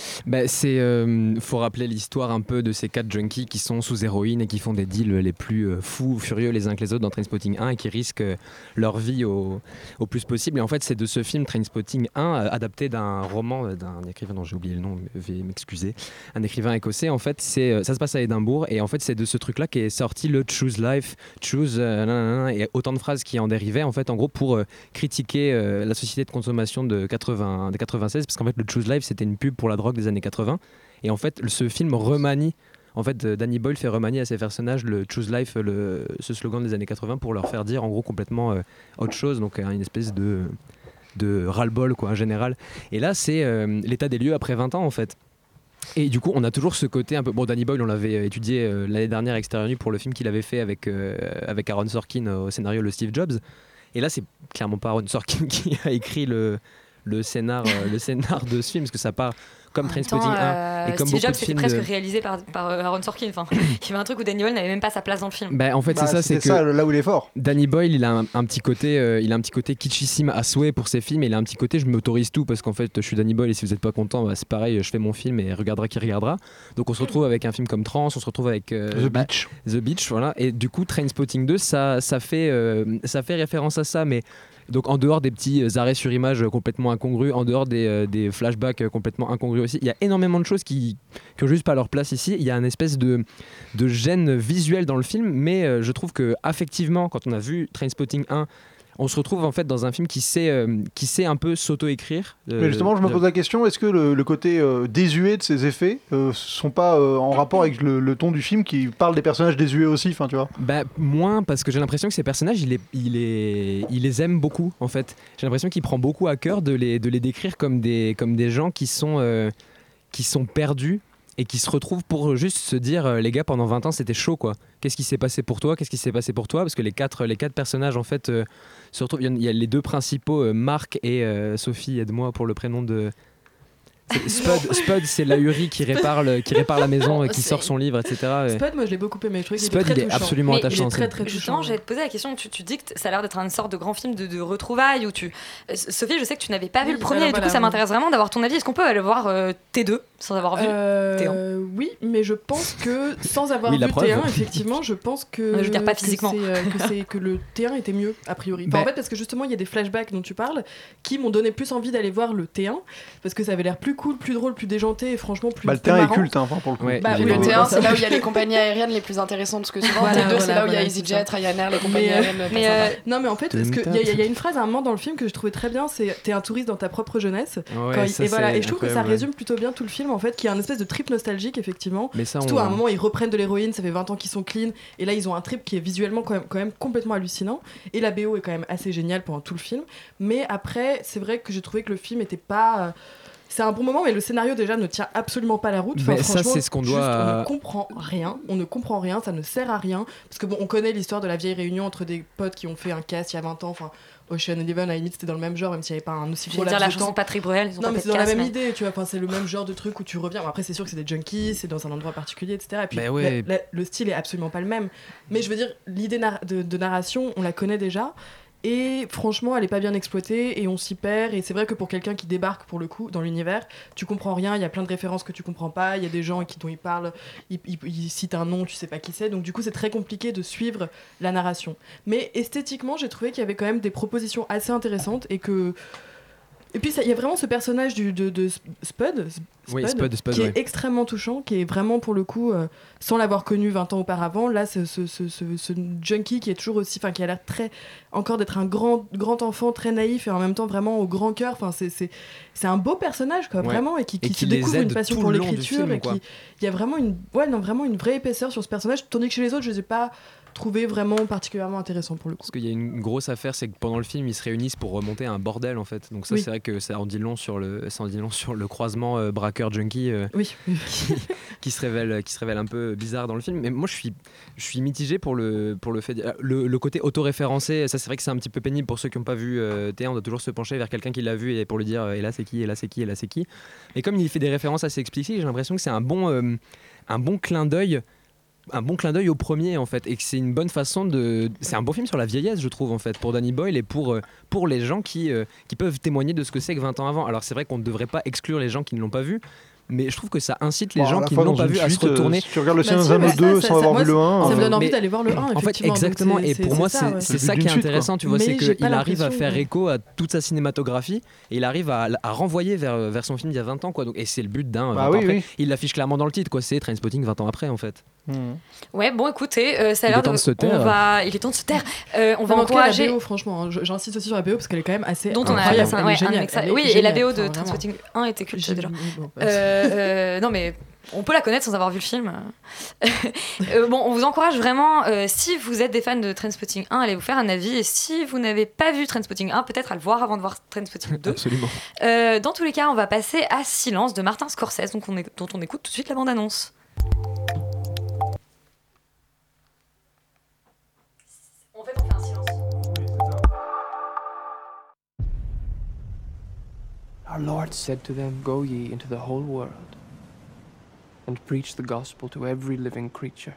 Faut rappeler l'histoire un peu de ces 4 junkies qui sont sous héroïne et qui font des deals les plus fous, furieux les uns que les autres dans Trainspotting 1 et qui risquent leur vie au plus possible. Et en fait, c'est de ce film Trainspotting 1, adapté d'un roman d'un écrivain dont j'ai oublié le nom, veuillez m'excuser, un écrivain écossais. En fait, ça se passe à Édimbourg et en fait, c'est de ce truc-là qu'est sorti le Choose Life, Choose, et autant de phrases qui en dérivaient en fait, en gros, pour critiquer la société de consommation de 96, parce qu'en fait, le Choose Life, c'était une pub pour la drogue des années 80. Et en fait, ce film remanie. En fait, Danny Boyle fait remanier à ses personnages le Choose Life, ce slogan des années 80, pour leur faire dire en gros complètement autre chose, donc une espèce de ras-le-bol quoi, en général. Et là, c'est l'état des lieux après 20 ans en fait. Et du coup, on a toujours ce côté un peu. Bon, Danny Boyle, on l'avait étudié l'année dernière à Extérieur Nuit pour le film qu'il avait fait avec Aaron Sorkin au scénario Le Steve Jobs. Et là, c'est clairement pas Aaron Sorkin qui a écrit le scénar de ce film, parce que ça part comme Trainspotting 1 et comme Steve beaucoup Jobs, de c'était films presque réalisé par Aaron Sorkin. Enfin, il y avait un truc où Danny Boyle n'avait même pas sa place dans le film. En fait, c'est c'est que ça là où il est fort. Danny Boyle, il a un petit côté kitschissime à souhait pour ses films, et il a un petit côté je m'autorise tout parce qu'en fait je suis Danny Boyle et si vous n'êtes pas content, c'est pareil, je fais mon film et regardera qui regardera. Donc on se retrouve avec un film comme Trans, on se retrouve avec The Beach, voilà. Et du coup Trainspotting 2, ça fait référence à ça, mais donc en dehors des petits arrêts sur image complètement incongrus, en dehors des flashbacks complètement incongrus aussi, il y a énormément de choses qui n'ont juste pas leur place ici. Il y a une espèce de gêne visuelle dans le film, mais je trouve que affectivement, quand on a vu Trainspotting 1, on se retrouve en fait dans un film qui sait un peu s'auto-écrire. Mais justement, je me pose la question, est-ce que le côté désuet de ces effets sont pas en rapport avec le ton du film qui parle des personnages désuets aussi, enfin tu vois ? Moins, parce que j'ai l'impression que ces personnages, il les aime beaucoup en fait. J'ai l'impression qu'il prend beaucoup à cœur de les décrire comme des gens qui sont perdus et qui se retrouvent pour juste se dire les gars, pendant 20 ans c'était chaud quoi. Qu'est-ce qui s'est passé pour toi ? Parce que les quatre personnages en fait se retrouvent. Il y a les 2 principaux, Marc et Sophie, aide-moi pour le prénom de... Spud, c'est l'ahuri qui répare la maison, qui sort son livre, etc. Spud, moi je l'ai beaucoup aimé. Je trouvais qu'il Spud, était très il est touchant. absolument attachant. Très, très Justement, j'allais te poser la question. Tu dis que ça a l'air d'être une sorte de grand film de retrouvailles. Sophie, je sais que tu n'avais pas vu le premier, et du coup, ça m'intéresse vraiment d'avoir ton avis. Est-ce qu'on peut aller voir T2 sans avoir vu T1 Oui, mais je pense que sans avoir vu T1, effectivement, je pense que. Je veux dire, pas physiquement. Que le T1 était mieux, a priori. En fait, parce que justement, il y a des flashbacks dont tu parles qui m'ont donné plus envie d'aller voir le T1 parce que ça avait l'air plus cool, plus drôle, plus déjanté et franchement plus. Le T1 est culte, hein, pour le coup. Le T1, c'est là où il y a les compagnies aériennes les plus intéressantes, parce que souvent T2, c'est là où il y a EasyJet, Ryanair, les compagnies aériennes. Non, mais en fait, il y a une phrase à un moment dans le film que je trouvais très bien, c'est t'es un touriste dans ta propre jeunesse. Et je trouve que ça résume plutôt bien tout le film, en fait, qui a un espèce de trip nostalgique, effectivement. Surtout à un moment, ils reprennent de l'héroïne, ça fait 20 ans qu'ils sont clean, et là, ils ont un trip qui est visuellement quand même complètement hallucinant. Et la BO est quand même assez géniale pendant tout le film. Mais après, c'est vrai que j'ai trouvé que le film était pas. C'est un bon moment, mais le scénario déjà ne tient absolument pas la route. Enfin, ça, c'est ce qu'on doit. On ne comprend rien, ça ne sert à rien. Parce que bon, on connaît l'histoire de la vieille réunion entre des potes qui ont fait un cast il y a 20 ans. Enfin, Ocean Eleven, à la limite, c'était dans le même genre, même s'il n'y avait pas un aussi gros laps de temps. la chanson Patrick Bruel, ils ont non, pas mais fait c'est dans la même mais... idée, tu vois. Enfin, c'est le même genre de truc où tu reviens. Bon, après, c'est sûr que c'est des junkies, c'est dans un endroit particulier, etc. Et puis, le style est absolument pas le même. Mais je veux dire, l'idée de narration, on la connaît déjà. Et franchement, elle est pas bien exploitée et on s'y perd. Et c'est vrai que pour quelqu'un qui débarque pour le coup dans l'univers, tu comprends rien. Il y a plein de références que tu comprends pas. Il y a des gens dont ils parlent, ils citent un nom, tu sais pas qui c'est. Donc du coup, c'est très compliqué de suivre la narration. Mais esthétiquement, j'ai trouvé qu'il y avait quand même des propositions assez intéressantes et que. Et puis il y a vraiment ce personnage de Spud, qui est extrêmement touchant, qui est vraiment pour le coup, sans l'avoir connu 20 ans auparavant, là ce junkie qui est toujours aussi, enfin qui a l'air encore d'être un grand enfant très naïf et en même temps vraiment au grand cœur. Enfin c'est un beau personnage quoi, vraiment, et qui se découvre une passion pour l'écriture et qui il y a vraiment une vraie épaisseur sur ce personnage, tandis que chez les autres je les ai pas trouvé vraiment particulièrement intéressant pour le coup. Parce qu'il y a une grosse affaire, c'est que pendant le film ils se réunissent pour remonter un bordel en fait. Donc ça c'est vrai que ça en dit long sur le croisement braqueur junkie qui se révèle un peu bizarre dans le film. Mais moi je suis mitigé pour le fait le côté auto-référencé. Ça c'est vrai que c'est un petit peu pénible pour ceux qui n'ont pas vu T1. On doit toujours se pencher vers quelqu'un qui l'a vu et pour lui dire et là c'est qui, et là c'est qui, et là c'est qui. Mais comme il fait des références assez explicites, j'ai l'impression que c'est un bon clin d'œil un bon clin d'œil au premier en fait, et que c'est une bonne façon de. C'est un bon film sur la vieillesse, je trouve en fait, pour Danny Boyle et pour les gens qui peuvent témoigner de ce que c'est que 20 ans avant. Alors c'est vrai qu'on ne devrait pas exclure les gens qui ne l'ont pas vu. Mais je trouve que ça incite les gens qui ne l'ont pas vu à se retourner. Si tu regardes le Seigneur des Anneaux 2 sans avoir vu le 1. Ça me donne envie d'aller voir le 1. En fait, exactement. Et pour moi, c'est ça qui est intéressant, tu vois, c'est qu'il arrive à faire écho à toute sa cinématographie et il arrive à renvoyer vers son film d'il y a 20 ans, quoi. Donc, et c'est le but d'un. Oui. Il l'affiche clairement dans le titre, quoi. C'est Trainspotting 20 ans après, en fait. Ouais, bon, écoutez, ça a l'air de se taire. Il est temps de se taire. On va encourager. La BO, franchement, j'insiste aussi sur la BO parce qu'elle est quand même assez. Dont on a passé oui, et la BO de Trainspotting 1 était culte déjà. Non, mais on peut la connaître sans avoir vu le film. Bon, on vous encourage vraiment, si vous êtes des fans de Trainspotting 1, allez vous faire un avis. Et si vous n'avez pas vu Trainspotting 1, peut-être à le voir avant de voir Trainspotting 2. Absolument. Dans tous les cas, on va passer à Silence de Martin Scorsese, dont on écoute tout de suite la bande-annonce. En fait, on fait un silence. Our Lord said to them, "Go ye into the whole world and preach the gospel to every living creature."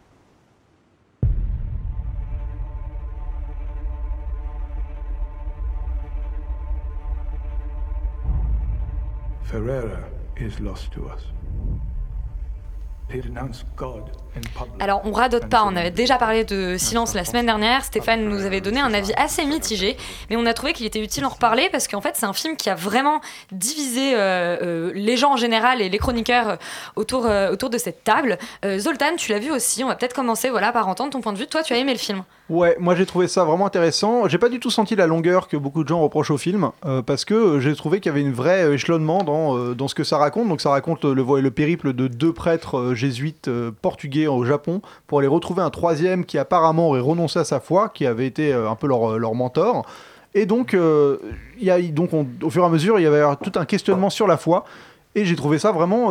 Ferreira is lost to us. He denounced God in public. Alors, on radote pas, on avait déjà parlé de Silence la semaine dernière, Stéphane nous avait donné un avis assez mitigé, mais on a trouvé qu'il était utile d'en reparler parce qu'en fait c'est un film qui a vraiment divisé les gens en général et les chroniqueurs autour de cette table. Zoltan, tu l'as vu aussi, on va peut-être commencer par entendre ton point de vue. Toi, tu as aimé le film ? Ouais, moi j'ai trouvé ça vraiment intéressant. J'ai pas du tout senti la longueur que beaucoup de gens reprochent au film, parce que j'ai trouvé qu'il y avait une vraie échelonnement dans ce que ça raconte. Donc ça raconte le périple de 2 prêtres jésuites portugais au Japon pour aller retrouver un troisième qui apparemment aurait renoncé à sa foi, qui avait été un peu leur mentor. Et donc, au fur et à mesure, il y avait tout un questionnement sur la foi. Et j'ai trouvé ça vraiment...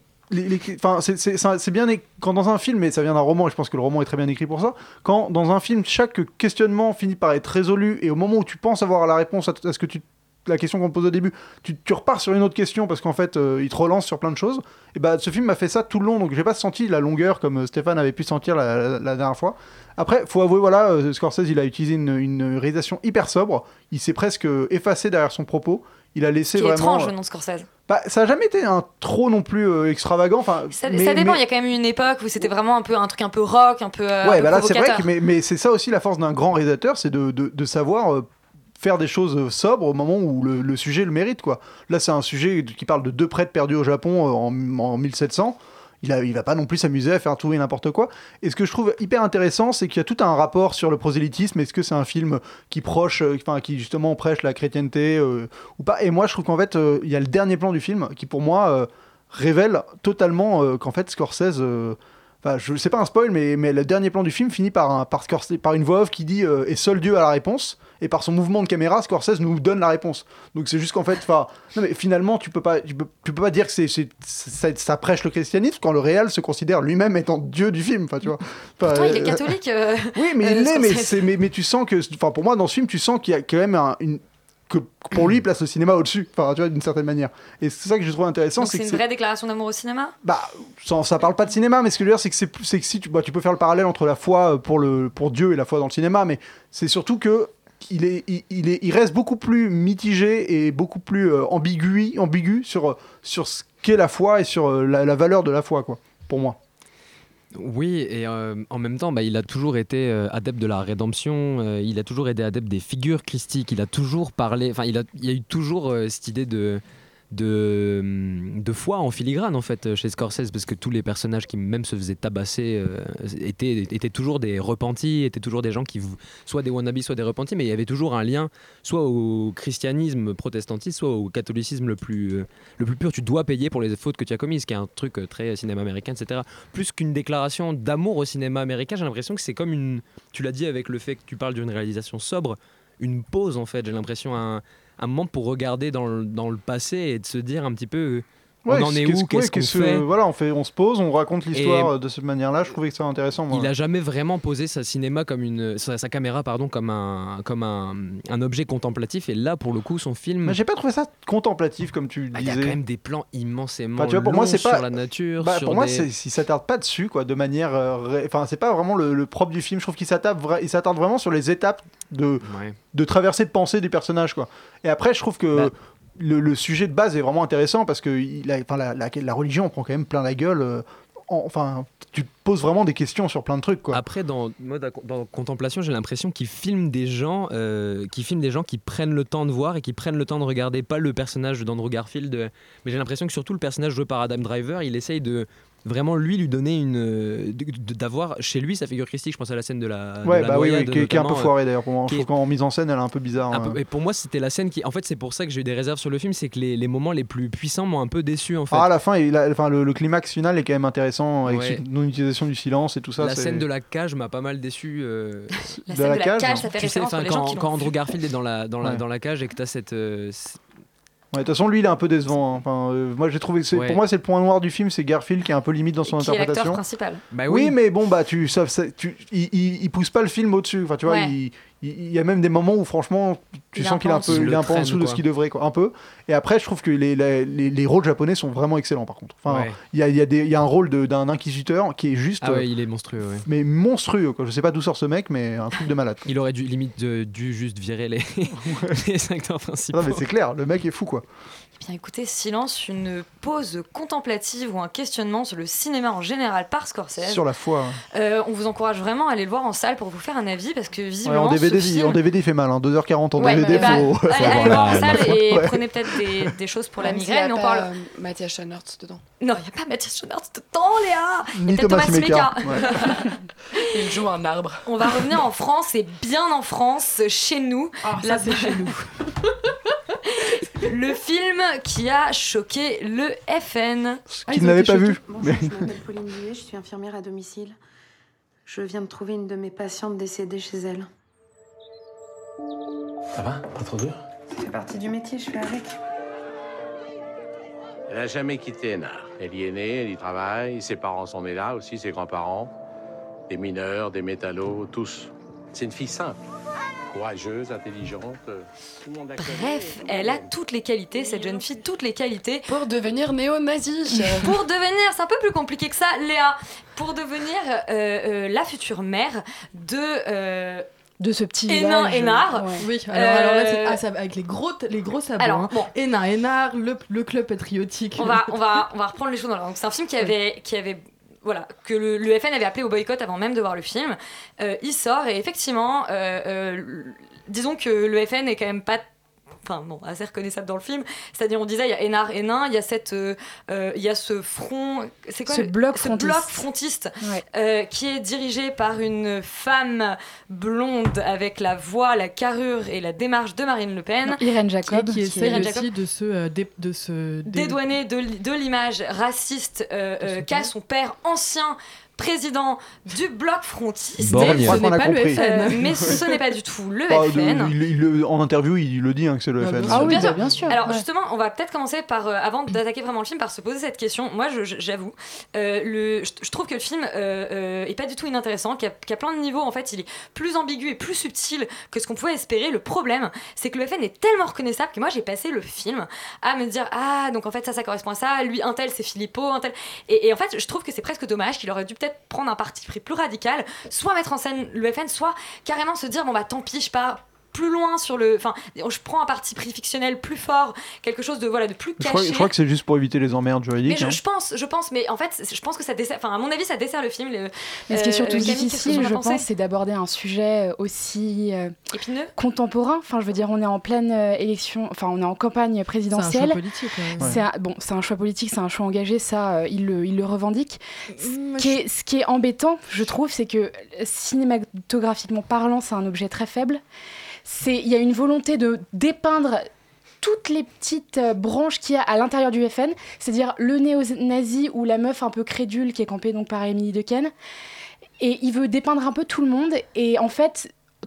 c'est bien quand dans un film, et ça vient d'un roman, et je pense que le roman est très bien écrit pour ça, quand dans un film, chaque questionnement finit par être résolu, et au moment où tu penses avoir la réponse à la question qu'on te pose au début, tu repars sur une autre question parce qu'en fait il te relance sur plein de choses. Et ce film m'a fait ça tout le long, donc j'ai pas senti la longueur comme Stéphane avait pu sentir la dernière fois. Après, faut avouer, Scorsese il a utilisé une réalisation hyper sobre, il s'est presque effacé derrière son propos. Il a laissé vraiment. C'est étrange le nom de Scorsese. Ça a jamais été un trop non plus extravagant. Ça dépend. Il y a quand même eu une époque où c'était vraiment un truc un peu rock, un peu. Là c'est vrai mais c'est ça aussi la force d'un grand réalisateur, c'est de savoir faire des choses sobres au moment où le sujet le mérite, quoi. Là, c'est un sujet qui parle de 2 prêtres perdus au Japon en 1700. Il va pas non plus s'amuser à faire tout et n'importe quoi. Et ce que je trouve hyper intéressant, c'est qu'il y a tout un rapport sur le prosélytisme. Est-ce que c'est un film qui justement prêche la chrétienté ou pas ? Et moi, je trouve qu'en fait, il y a le dernier plan du film qui, pour moi, révèle totalement qu'en fait, Scorsese... c'est pas un spoil, mais le dernier plan du film finit par une voix off qui dit et seul Dieu a la réponse, et par son mouvement de caméra, Scorsese nous donne la réponse. Donc c'est juste qu'en fait, non mais finalement tu peux pas dire que ça prêche le christianisme quand le réel se considère lui-même étant Dieu du film, tu vois. Pourtant il est catholique. Oui, mais il l'est, mais tu sens que, pour moi dans ce film, tu sens qu'il y a quand même que pour lui, il place le cinéma au-dessus, tu vois, d'une certaine manière. Et c'est ça que je trouve intéressant. Donc c'est une vraie déclaration d'amour au cinéma ? Ça parle pas de cinéma, mais ce que je veux dire, c'est que si tu peux faire le parallèle entre la foi pour Dieu et la foi dans le cinéma, mais c'est surtout que il reste beaucoup plus mitigé et beaucoup plus ambigu sur ce qu'est la foi et sur la valeur de la foi, quoi, pour moi. Oui, et en même temps, il a toujours été adepte de la rédemption, il a toujours été adepte des figures christiques, il a toujours parlé, il y a eu toujours cette idée de foi en filigrane en fait chez Scorsese, parce que tous les personnages qui même se faisaient tabasser étaient toujours des repentis, étaient toujours des gens qui soit des wannabes, soit des repentis, mais il y avait toujours un lien soit au christianisme protestantiste, soit au catholicisme le plus pur. Tu dois payer pour les fautes que tu as commises, qui est un truc très cinéma américain, etc. Plus qu'une déclaration d'amour au cinéma américain, j'ai l'impression que c'est comme tu l'as dit avec le fait que tu parles d'une réalisation sobre, une pause en fait, j'ai l'impression un moment pour regarder dans le passé et de se dire un petit peu on en est où, qu'est-ce qu'on fait. Voilà, on se pose, on raconte l'histoire de cette manière-là. Je trouvais que c'était intéressant. Moi. Il a jamais vraiment posé sa caméra comme un objet contemplatif. Et là, pour le coup, son film. Mais j'ai pas trouvé ça contemplatif comme tu disais. Il y a quand même des plans immensément tu vois, pour moi, c'est pas sur la nature. Pour moi, il s'attarde pas dessus, quoi, de manière. Enfin, c'est pas vraiment le propre du film. Je trouve qu'il s'attarde vraiment sur les étapes de traversée de pensée des personnages, quoi. Et après, je trouve que le sujet de base est vraiment intéressant parce que la religion prend quand même plein la gueule. Tu te poses vraiment des questions sur plein de trucs, quoi. Après, dans Contemplation, j'ai l'impression qu'il filme des gens qui prennent le temps de voir et qui prennent le temps de regarder, pas le personnage d'Andrew Garfield, mais j'ai l'impression que surtout le personnage joué par Adam Driver, il essaye de vraiment lui donner d'avoir chez lui sa figure christique. Je pense à la scène de la noyade, qui est un peu foirée d'ailleurs pour moi. Je trouve qu'en mise en scène elle est un peu bizarre. Et pour moi c'était la scène qui, en fait c'est pour ça que j'ai eu des réserves sur le film, c'est que les moments les plus puissants m'ont un peu déçu en fait. À la fin, le climax final est quand même intéressant avec non-utilisation du silence et tout ça. La scène de la cage m'a pas mal déçu. La scène de la cage, ça fait référence aux gens qui l'ont quand Andrew Garfield est dans la cage et que t'as cette de toute façon, lui, il est un peu décevant. Moi, j'ai trouvé. Pour moi, c'est le point noir du film, c'est Garfield qui est un peu limite dans son interprétation. Qui est l'acteur principal. Oui, mais bon, il pousse pas le film au-dessus. Enfin, tu vois, il y a même des moments où, franchement, tu sens qu'il est un peu en dessous de ce qu'il devrait, quoi. Un peu. Et après, je trouve que les rôles japonais sont vraiment excellents, par contre. Il y a un rôle d'un inquisiteur qui est juste. Il est monstrueux. Mais monstrueux, quoi. Je sais pas d'où sort ce mec, mais un truc de malade. Il aurait dû juste virer les acteurs principaux. Non, mais c'est clair, le mec est fou, quoi. Bien écoutez, Silence, une pause contemplative ou un questionnement sur le cinéma en général par Scorsese. Sur la foi. On vous encourage vraiment à aller le voir en salle pour vous faire un avis parce que visiblement. En DVD il fait mal, 2h40 en DVD. Allez voir en salle et prenez peut-être des choses pour la migraine. Il on parle. Matthias Schoenaerts dedans. Non, il n'y a pas Matthias Schoenaerts dedans, Léa. Ni Thomas Meka. Il joue un arbre. On va revenir en France et bien en France, chez nous. Là, c'est chez nous. Le film qui a choqué le FN. Qui ne l'avait pas vu. Bonjour, je m'appelle Pauline Buet, je suis infirmière à domicile. Je viens de trouver une de mes patientes décédée chez elle. Ça va? Pas trop dur? Ça fait partie du métier, je fais avec. Elle n'a jamais quitté Hénard. Elle y est née, elle y travaille, ses parents sont nés là aussi, ses grands-parents. Des mineurs, des métallos, tous. C'est une fille simple. Courageuse, intelligente, tout le monde la connaît. Bref, elle a toutes les qualités, cette jeune fille, toutes les qualités. Pour devenir néo-nazi. C'est un peu plus compliqué que ça, Léa. Pour devenir la future mère de ce petit village. Hénard. Ouais. Oui, alors là, c'est avec les gros sabots. Alors, Hénard, le club patriotique. On va reprendre les choses dans l'ordre. Donc, c'est un film qui avait voilà, que le FN avait appelé au boycott avant même de voir le film. Il sort et effectivement, disons que le FN est quand même pas assez reconnaissable dans le film. C'est-à-dire, on disait, il y a Hénard et Nain, il y a ce front, c'est quoi, ce bloc frontiste qui est dirigé par une femme blonde avec la voix, la carrure et la démarche de Marine Le Pen. Irène Jacob. Qui essaie aussi de se dédouaner de l'image raciste qu'a son père ancien président du bloc frontiste. Ce n'est pas le FN. Mais ce n'est pas du tout le FN. En interview, il le dit que c'est le FN. Ah oui, bien sûr. Alors justement, on va peut-être commencer par, avant d'attaquer vraiment le film, par se poser cette question. Moi, j'avoue, je trouve que le film est pas du tout inintéressant, qu'il y a plein de niveaux. En fait, il est plus ambigu et plus subtil que ce qu'on pouvait espérer. Le problème, c'est que le FN est tellement reconnaissable que moi, j'ai passé le film à me dire donc en fait, ça correspond à ça. Lui, un tel, c'est Philippot, un tel. Et en fait, je trouve que c'est presque dommage qu'il aurait dû peut-être prendre un parti pris plus radical, soit mettre en scène le FN, soit carrément se dire tant pis, je pars plus loin sur le... Enfin, je prends un parti pris fictionnel plus fort, quelque chose de plus caché. Je crois que c'est juste pour éviter les emmerdes juridiques. Mais je pense, mais en fait, je pense que ça dessert... Enfin, à mon avis, ça dessert le film. Mais ce qui est surtout difficile, je pense, c'est d'aborder un sujet aussi... épineux. Contemporain. Enfin, je veux dire, on est en pleine élection... Enfin, on est en campagne présidentielle. C'est un choix politique. C'est un choix politique, c'est un choix engagé, ça, il le revendique. Ce qui est embêtant, je trouve, c'est que cinématographiquement parlant, c'est un objet très faible. Il y a une volonté de dépeindre toutes les petites branches qu'il y a à l'intérieur du FN, c'est-à-dire le néo-nazi ou la meuf un peu crédule qui est campée donc par Emily Dequesne. Et il veut dépeindre un peu tout le monde. Et en fait,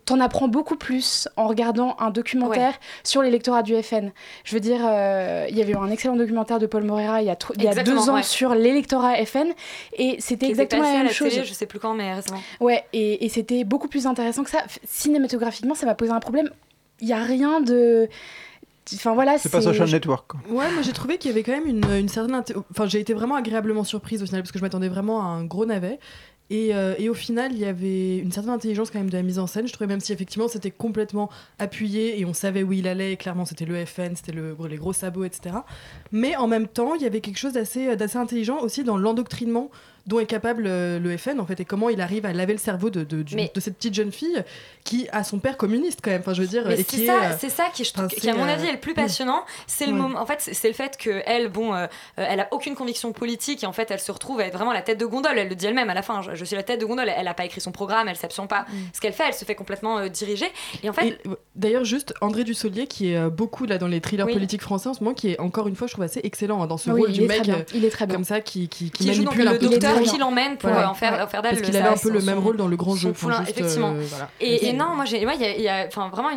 t'en apprends beaucoup plus en regardant un documentaire sur l'électorat du FN. Je veux dire, il y avait eu un excellent documentaire de Paul Moreira il y a 2 ans sur l'électorat FN, et c'était exactement la même chose. Télé, je sais plus quand, mais récemment. Ouais, et c'était beaucoup plus intéressant que ça. Cinématographiquement, ça m'a posé un problème. Il y a rien de... Enfin, voilà, c'est pas Social Network, quoi. Ouais, moi j'ai trouvé qu'il y avait quand même une certaine... Enfin, j'ai été vraiment agréablement surprise au final, parce que je m'attendais vraiment à un gros navet. Et au final, il y avait une certaine intelligence quand même de la mise en scène. Je trouvais, même si effectivement c'était complètement appuyé et on savait où il allait, et clairement c'était le FN, c'était les gros sabots, etc. Mais en même temps, il y avait quelque chose d'assez intelligent aussi dans l'endoctrinement dont est capable le FN, en fait, et comment il arrive à laver le cerveau de cette petite jeune fille qui a son père communiste quand même. Enfin, je veux dire, mais et c'est ça qui, à mon avis, est le plus passionnant. C'est le moment. En fait, c'est le fait que elle, elle a aucune conviction politique et en fait, elle se retrouve à être vraiment la tête de gondole. Elle le dit elle-même à la fin. Je suis la tête de gondole. Elle a pas écrit son programme. Elle s'absente pas. Ce qu'elle fait, elle se fait complètement diriger. Et en fait, d'ailleurs, juste André Dussolier, qui est beaucoup là dans les thrillers politiques français en ce moment, qui est encore une fois, je trouve assez excellent dans ce rôle du mec, il est très bien. comme ça, qui joue donc le docteur qui l'emmène pour en faire d'elle. Parce qu'il avait un peu le même rôle dans le grand jeu. Effectivement. Et non, moi, il y a vraiment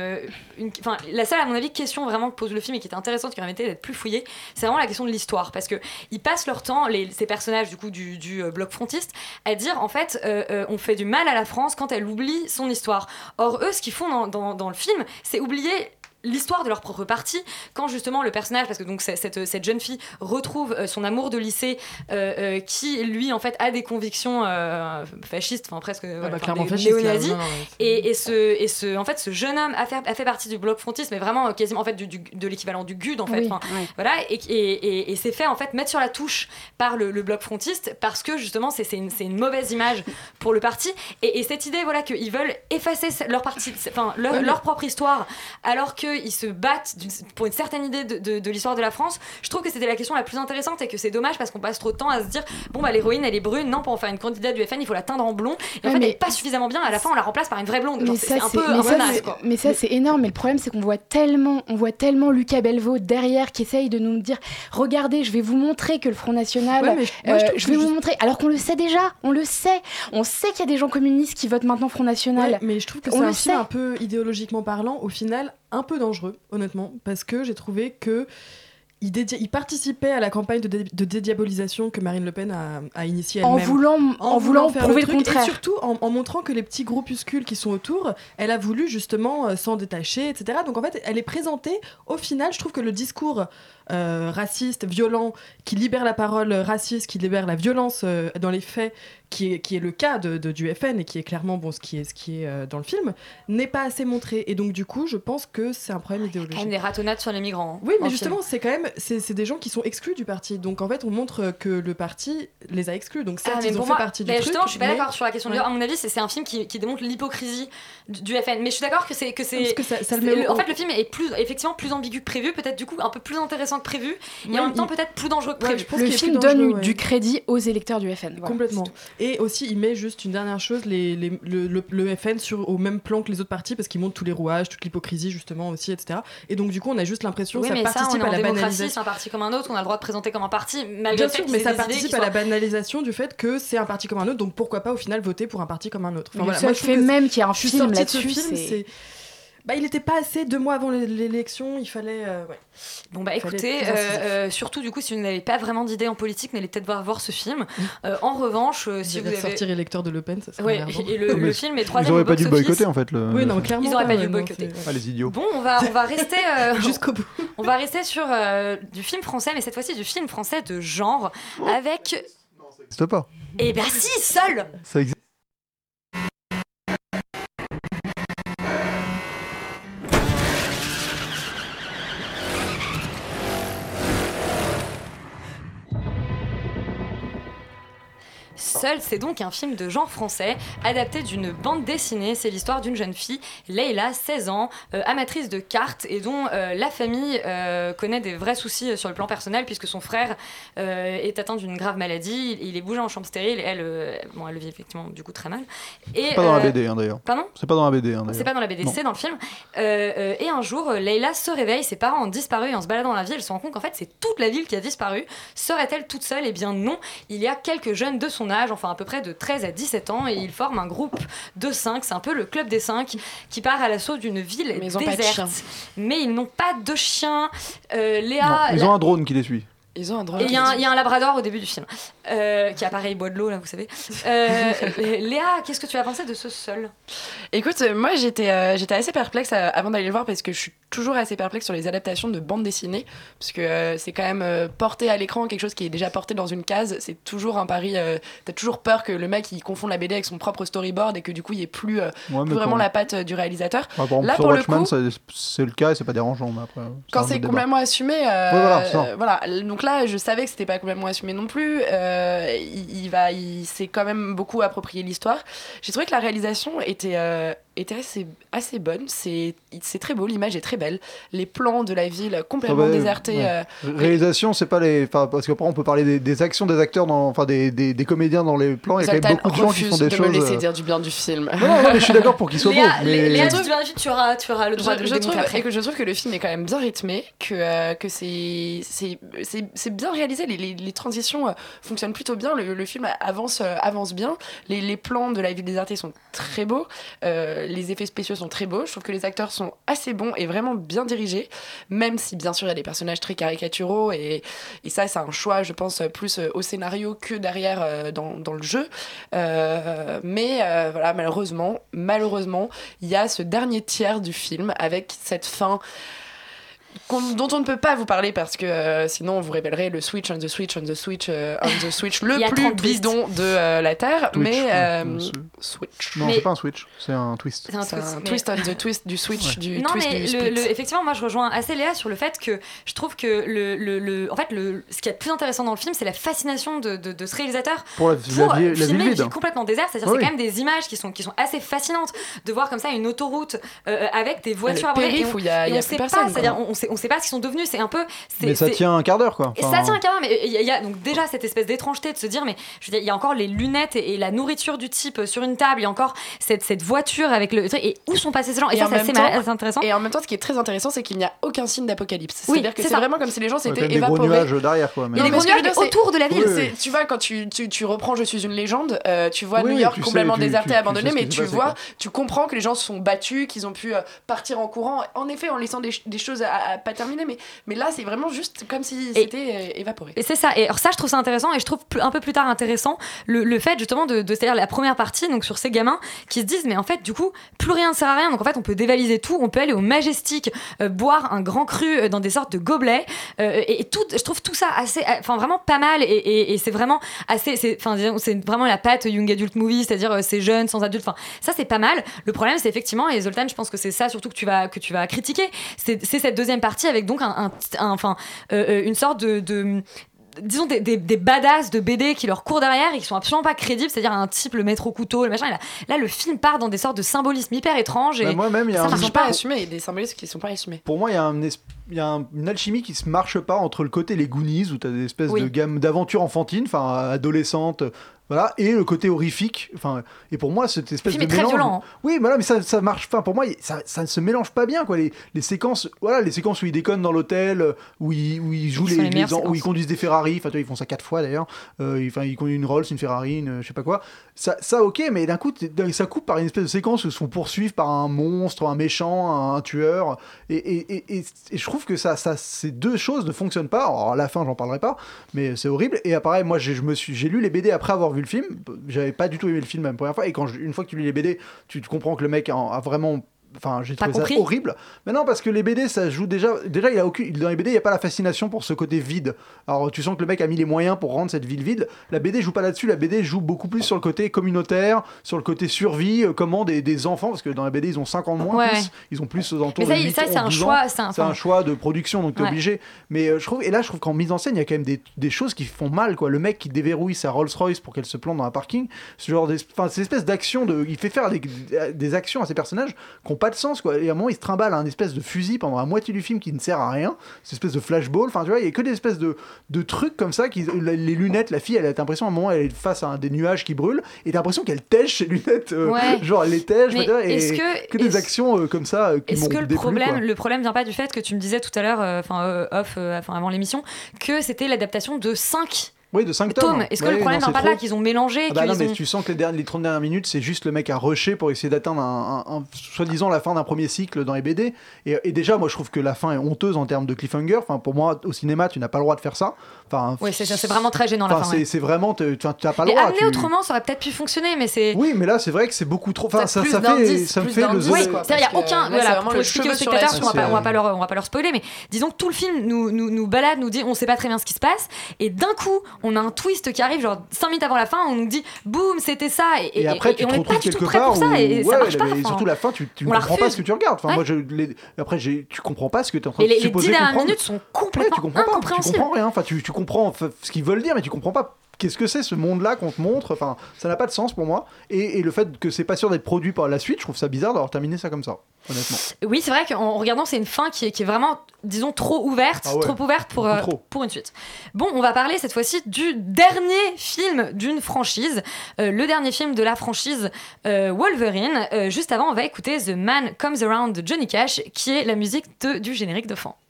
la seule, à mon avis, question vraiment que pose le film et qui était intéressante, qui permettait d'être plus fouillée, c'est vraiment la question de l'histoire. Parce qu'ils passent leur temps, ces personnages du coup du bloc frontiste, à dire en fait, on fait du mal à la France quand elle oublie son histoire. Or, eux, ce qu'ils font dans le film, c'est oublier l'histoire de leur propre parti, quand justement le personnage, parce que donc cette jeune fille retrouve son amour de lycée qui lui en fait a des convictions fascistes, enfin presque clairement néo-nazis, et en fait ce jeune homme a fait partie du bloc frontiste, mais vraiment quasiment en fait de l'équivalent du GUD en fait, voilà, et c'est fait en fait mettre sur la touche par le bloc frontiste parce que justement c'est une mauvaise image pour le parti, et cette idée voilà qu'ils veulent effacer leur parti, enfin leur propre histoire, alors que ils se battent pour une certaine idée de l'histoire de la France. Je trouve que c'était la question la plus intéressante et que c'est dommage parce qu'on passe trop de temps à se dire bon bah l'héroïne elle est brune, non, pour en faire une candidate du FN il faut la teindre en blond, et en fait elle est pas suffisamment bien, à la fin on la remplace par une vraie blonde. Genre, c'est un peu naze, quoi. Mais ça c'est énorme, mais le problème c'est qu'on voit tellement Lucas Belvaux derrière qui essaye de nous dire regardez, je vais vous montrer que le Front National, je vais vous montrer, alors qu'on le sait déjà, on sait qu'il y a des gens communistes qui votent maintenant Front National, mais je trouve que c'est un film un peu idéologiquement parlant au final un peu dangereux, honnêtement, parce que j'ai trouvé que il participait à la campagne de dédiabolisation que Marine Le Pen a initiée elle-même. En voulant prouver le contraire. Et surtout en montrant que les petits groupuscules qui sont autour, elle a voulu justement s'en détacher, etc. Donc en fait, elle est présentée, au final, je trouve que le discours raciste, violent, qui libère la parole raciste, qui libère la violence dans les faits, qui est le cas du FN et qui est clairement ce qui est dans le film, n'est pas assez montré. Et donc du coup, je pense que c'est un problème idéologique. Il y a quand même des ratonnades sur les migrants. Oui, mais justement, c'est quand même c'est des gens qui sont exclus du parti. Donc en fait, on montre que le parti les a exclus. Donc certes, ils ont fait partie du truc. Justement, je suis pas d'accord sur la question de... À mon avis, c'est un film qui démontre l'hypocrisie du FN. Mais je suis d'accord que c'est en fait, le film est effectivement plus ambigu que prévu, peut-être du coup un peu plus intéressant que prévu, et en même temps peut-être plus dangereux que prévu. Le film donne du crédit aux électeurs du FN. Complètement. Et aussi, il met juste une dernière chose, le FN au même plan que les autres partis, parce qu'il montre tous les rouages, toute l'hypocrisie justement aussi, etc. Et donc du coup, on a juste l'impression que ça participe à la banalisation. C'est un parti comme un autre, on a le droit de présenter comme un parti, malgré bien sûr, mais ça participe à la banalisation du fait que c'est un parti comme un autre, donc pourquoi pas au final voter pour un parti comme un autre. Enfin, le seul fait même qu'il y a un film là-dessus, c'est... il n'était pas assez 2 mois avant l'élection, il fallait... Bon bah écoutez, surtout du coup si vous n'avez pas vraiment d'idée en politique, n'allez peut-être voir ce film. En revanche, si vous avez... sortir électeur de Le Pen, ça serait énervant. Et le film est 3e Ils n'auraient pas dû boycotter en fait. Oui, non, clairement. Ils n'auraient pas dû boycotter. Les idiots. Bon, on va rester... jusqu'au bout. On va rester sur du film français, mais cette fois-ci du film français de genre, avec... Non, ça n'existe pas. Eh ben si, Seul. Ça existe. Seul, c'est donc un film de genre français, adapté d'une bande dessinée. C'est l'histoire d'une jeune fille, Leïla, 16 ans, amatrice de cartes, et dont la famille connaît des vrais soucis sur le plan personnel, puisque son frère est atteint d'une grave maladie, il est bougé en chambre stérile, et elle le vit effectivement du coup très mal. Et, c'est pas dans la BD d'ailleurs. Pardon ? C'est pas dans la BD d'ailleurs. C'est pas dans la BD, c'est dans le film. Et un jour, Leïla se réveille, ses parents ont disparu, et en se baladant dans la ville, elle se rend compte qu'en fait c'est toute la ville qui a disparu. Serait-elle toute seule ? Eh bien non, il y a quelques jeunes de son âge, enfin à peu près de 13 à 17 ans, et ils forment un groupe de 5, c'est un peu le club des 5, qui part à l'assaut d'une ville Mais ils ont pas de déserte. chien. Mais ils n'ont pas de chien. Léa... Non, ils ont un drone qui les suit. Ils ont un drone. Et il y a un labrador au début du film, qui apparaît, il boit de l'eau, là, vous savez. Léa, qu'est-ce que tu as pensé de ce seul ? Écoute, moi j'étais assez perplexe avant d'aller le voir parce que je suis toujours assez perplexe sur les adaptations de bande dessinée parce que c'est quand même porté à l'écran quelque chose qui est déjà porté dans une case. C'est toujours un pari. T'as toujours peur que le mec il confonde la BD avec son propre storyboard et que du coup il n'y ait plus vraiment la patte du réalisateur. Par exemple, Là sur pour le Watchmen, coup, c'est le cas et c'est pas dérangeant. Mais après, quand c'est complètement assumé, voilà. Donc là, je savais que c'était pas complètement assumé non plus. Il s'est quand même beaucoup approprié l'histoire. J'ai trouvé que la réalisation était assez bonne. C'est très beau, l'image est très belle. Les plans de la ville complètement désertée. Ouais. Réalisation, c'est pas les. Parce qu'après, on peut parler des actions des acteurs, des comédiens dans les plans. Il y a quand même beaucoup de gens qui font des choses. De me laisser dire du bien du film. Non, mais je suis d'accord pour qu'il soit beau. Léa, tu auras le droit de le démonter après. Je trouve que le film est quand même bien rythmé, que c'est bien réalisé. Les transitions fonctionnent plutôt bien. Le film avance bien. Les plans de la ville désertée sont très beaux. Les effets spéciaux sont très beaux. Je trouve que les acteurs sont assez bons et vraiment bien dirigés, même si bien sûr il y a des personnages très caricaturaux et ça c'est un choix, je pense, plus au scénario que derrière dans le jeu. Mais voilà, malheureusement, il y a ce dernier tiers du film avec cette fin dont on ne peut pas vous parler parce que sinon on vous révélerait le switch on the switch on the switch on the switch le plus bidon de la Terre. Twitch, mais switch. Non, c'est pas un switch, c'est un twist. C'est un twist on the twist du switch, du non, twist mais du split. effectivement, moi je rejoins assez Léa sur le fait que je trouve que ce qui est le plus intéressant dans le film, c'est la fascination de ce réalisateur pour filmer ville une vide. ville complètement déserte. C'est-à-dire c'est quand même des images qui sont assez fascinantes de voir comme ça une autoroute avec des voitures le périph' où il y a sait plus personne. C'est-à-dire on sait pas ce qu'ils sont devenus. C'est un peu. Mais ça tient un quart d'heure, quoi. Et ça tient un quart d'heure, mais il y a donc déjà cette espèce d'étrangeté de se dire, mais je veux dire, il y a encore les lunettes et la nourriture du type sur une table, il y a encore cette voiture avec le truc, et où sont passés ces gens. Et ça, c'est assez intéressant. Et en même temps, ce qui est très intéressant, c'est qu'il n'y a aucun signe d'apocalypse. Oui, c'est-à-dire que c'est vraiment comme si les gens s'étaient des évaporés. gros nuages derrière, quoi. Il y a des gros nuages autour de la ville. Tu vois, quand tu reprends Je suis une légende, tu vois New York complètement déserté, abandonné, mais tu comprends que les gens se sont battus, qu'ils ont pu partir en courant, en effet, en laissant des choses à pas terminer, mais là, c'est vraiment juste comme si c'était évaporé. Et c'est ça. Et alors ça, je trouve ça intéressant, et je trouve un peu plus tard intéressant le fait justement de c'est-à-dire la première partie, donc sur ces gamins qui se disent, mais en fait, du coup, plus rien ne sert à rien. Donc en fait, on peut dévaliser tout, on peut aller au Majestic, boire un grand cru dans des sortes de gobelets, et tout. Je trouve tout ça assez, enfin vraiment pas mal, et c'est vraiment assez, c'est vraiment la patte young adult movie, c'est-à-dire c'est jeune sans adulte. Enfin, ça c'est pas mal. Le problème, c'est effectivement, et Zoltan, je pense que c'est ça surtout que tu vas critiquer, c'est cette deuxième partie avec donc une sorte de disons des badass de BD qui leur courent derrière et qui sont absolument pas crédibles, c'est-à-dire un type le mettre au couteau, le machin. Là, le film part dans des sortes de symbolismes hyper étranges, et moi-même, il y a ça marche pas assumé, il y a des symbolismes qui sont pas assumés. Pour moi, il y a une alchimie qui se marche pas entre le côté les Goonies où t'as des espèces de gamme d'aventures enfantines, enfin adolescentes. Voilà, et le côté horrifique, enfin, et pour moi cette espèce de mélange. Très violent. Hein. Oui, voilà, mais ça marche. Enfin, pour moi, ça ne se mélange pas bien, quoi. Les séquences, voilà, les séquences où ils déconnent dans l'hôtel, où ils jouent où ils conduisent des Ferrari. Enfin, ils font ça 4 fois d'ailleurs. Ils conduisent une Rolls, une Ferrari, je sais pas quoi. Ça, ok, mais d'un coup, ça coupe par une espèce de séquence où ils se font poursuivre par un monstre, un méchant, un tueur. Et je trouve que ces deux choses ne fonctionnent pas. Alors, à la fin, j'en parlerai pas, mais c'est horrible. Et pareil, moi, j'ai lu les BD après avoir vu le film. J'avais pas du tout aimé le film la première fois, et une fois que tu lis les BD, tu comprends que le mec a vraiment. Enfin, j'ai trouvé ça horrible. Mais non, parce que les BD, ça joue déjà dans les BD, il n'y a pas la fascination pour ce côté vide. Alors, tu sens que le mec a mis les moyens pour rendre cette ville vide. La BD joue pas là-dessus. La BD joue beaucoup plus sur le côté communautaire, sur le côté survie, comment des enfants, parce que dans la BD, ils ont 5 ans de moins, ils ont plus aux alentours de 8 ans, c'est un choix. C'est un choix de production, donc t'es obligé. Mais je trouve qu'en mise en scène, il y a quand même des choses qui font mal, quoi. Le mec qui déverrouille sa Rolls-Royce pour qu'elle se plante dans un parking, ce genre ces espèces d'actions, il fait faire des actions à ces personnages qui n'ont pas de sens, quoi. Et à un moment, il se trimballe un espèce de fusil pendant la moitié du film qui ne sert à rien, cette espèce de flashball. Enfin, tu vois, il y a que des espèces de trucs comme ça. Les lunettes, la fille, elle a l'impression à un moment, elle est face à des nuages qui brûlent, et t'as l'impression qu'elle tèche ses lunettes, genre elle les tèche, que des actions comme ça qui m'ont déplu, quoi. Le problème vient pas du fait que tu me disais tout à l'heure, avant l'émission, que c'était l'adaptation de 5 Oui, de 5 tomes. Est-ce que le problème vient pas de là qu'ils ont mélangé mais tu sens que les 30 dernières minutes, c'est juste le mec à rusher pour essayer d'atteindre soi-disant la fin d'un premier cycle dans les BD. Et déjà, moi, je trouve que la fin est honteuse en termes de cliffhanger. Enfin, pour moi, au cinéma, tu n'as pas le droit de faire ça. Enfin, oui, c'est vraiment très gênant la fin. C'est vraiment, tu n'as pas le mais droit. Amener autrement, ça aurait peut-être pu fonctionner, mais c'est. Oui, mais là, c'est vrai que c'est beaucoup trop. Enfin, ça me fait le. Oui, c'est-à-dire, il n'y a aucun. Voilà, pour expliquer aux spectateurs, on va pas leur spoiler, mais disons que tout le film nous balade, nous dit, on sait pas très bien ce qui se passe, et d'un coup, on a un twist qui arrive, genre 5 minutes avant la fin, on nous dit, boum, c'était ça, et après, tu on te n'est pas retrouves du tout quelque prêt part pour ça, et ça marche pas. Et surtout la fin, tu ne comprends pas ce que tu regardes. Enfin, moi, après, tu comprends pas ce que tu es en train de supposer comprendre. Les 10 dernières minutes sont complètement incompréhensibles. Tu comprends rien. Enfin, tu comprends ce qu'ils veulent dire, mais tu comprends pas. Qu'est-ce que c'est ce monde-là qu'on te montre? Enfin, ça n'a pas de sens pour moi. Et le fait que c'est pas sûr d'être produit par la suite, je trouve ça bizarre d'avoir terminé ça comme ça, honnêtement. Oui, c'est vrai qu'en regardant, c'est une fin qui est vraiment, disons, trop ouverte, pour une suite. Bon, on va parler cette fois-ci du dernier film d'une franchise, le dernier film de la franchise Wolverine. Juste avant, on va écouter The Man Comes Around de Johnny Cash, qui est la musique du générique de fin.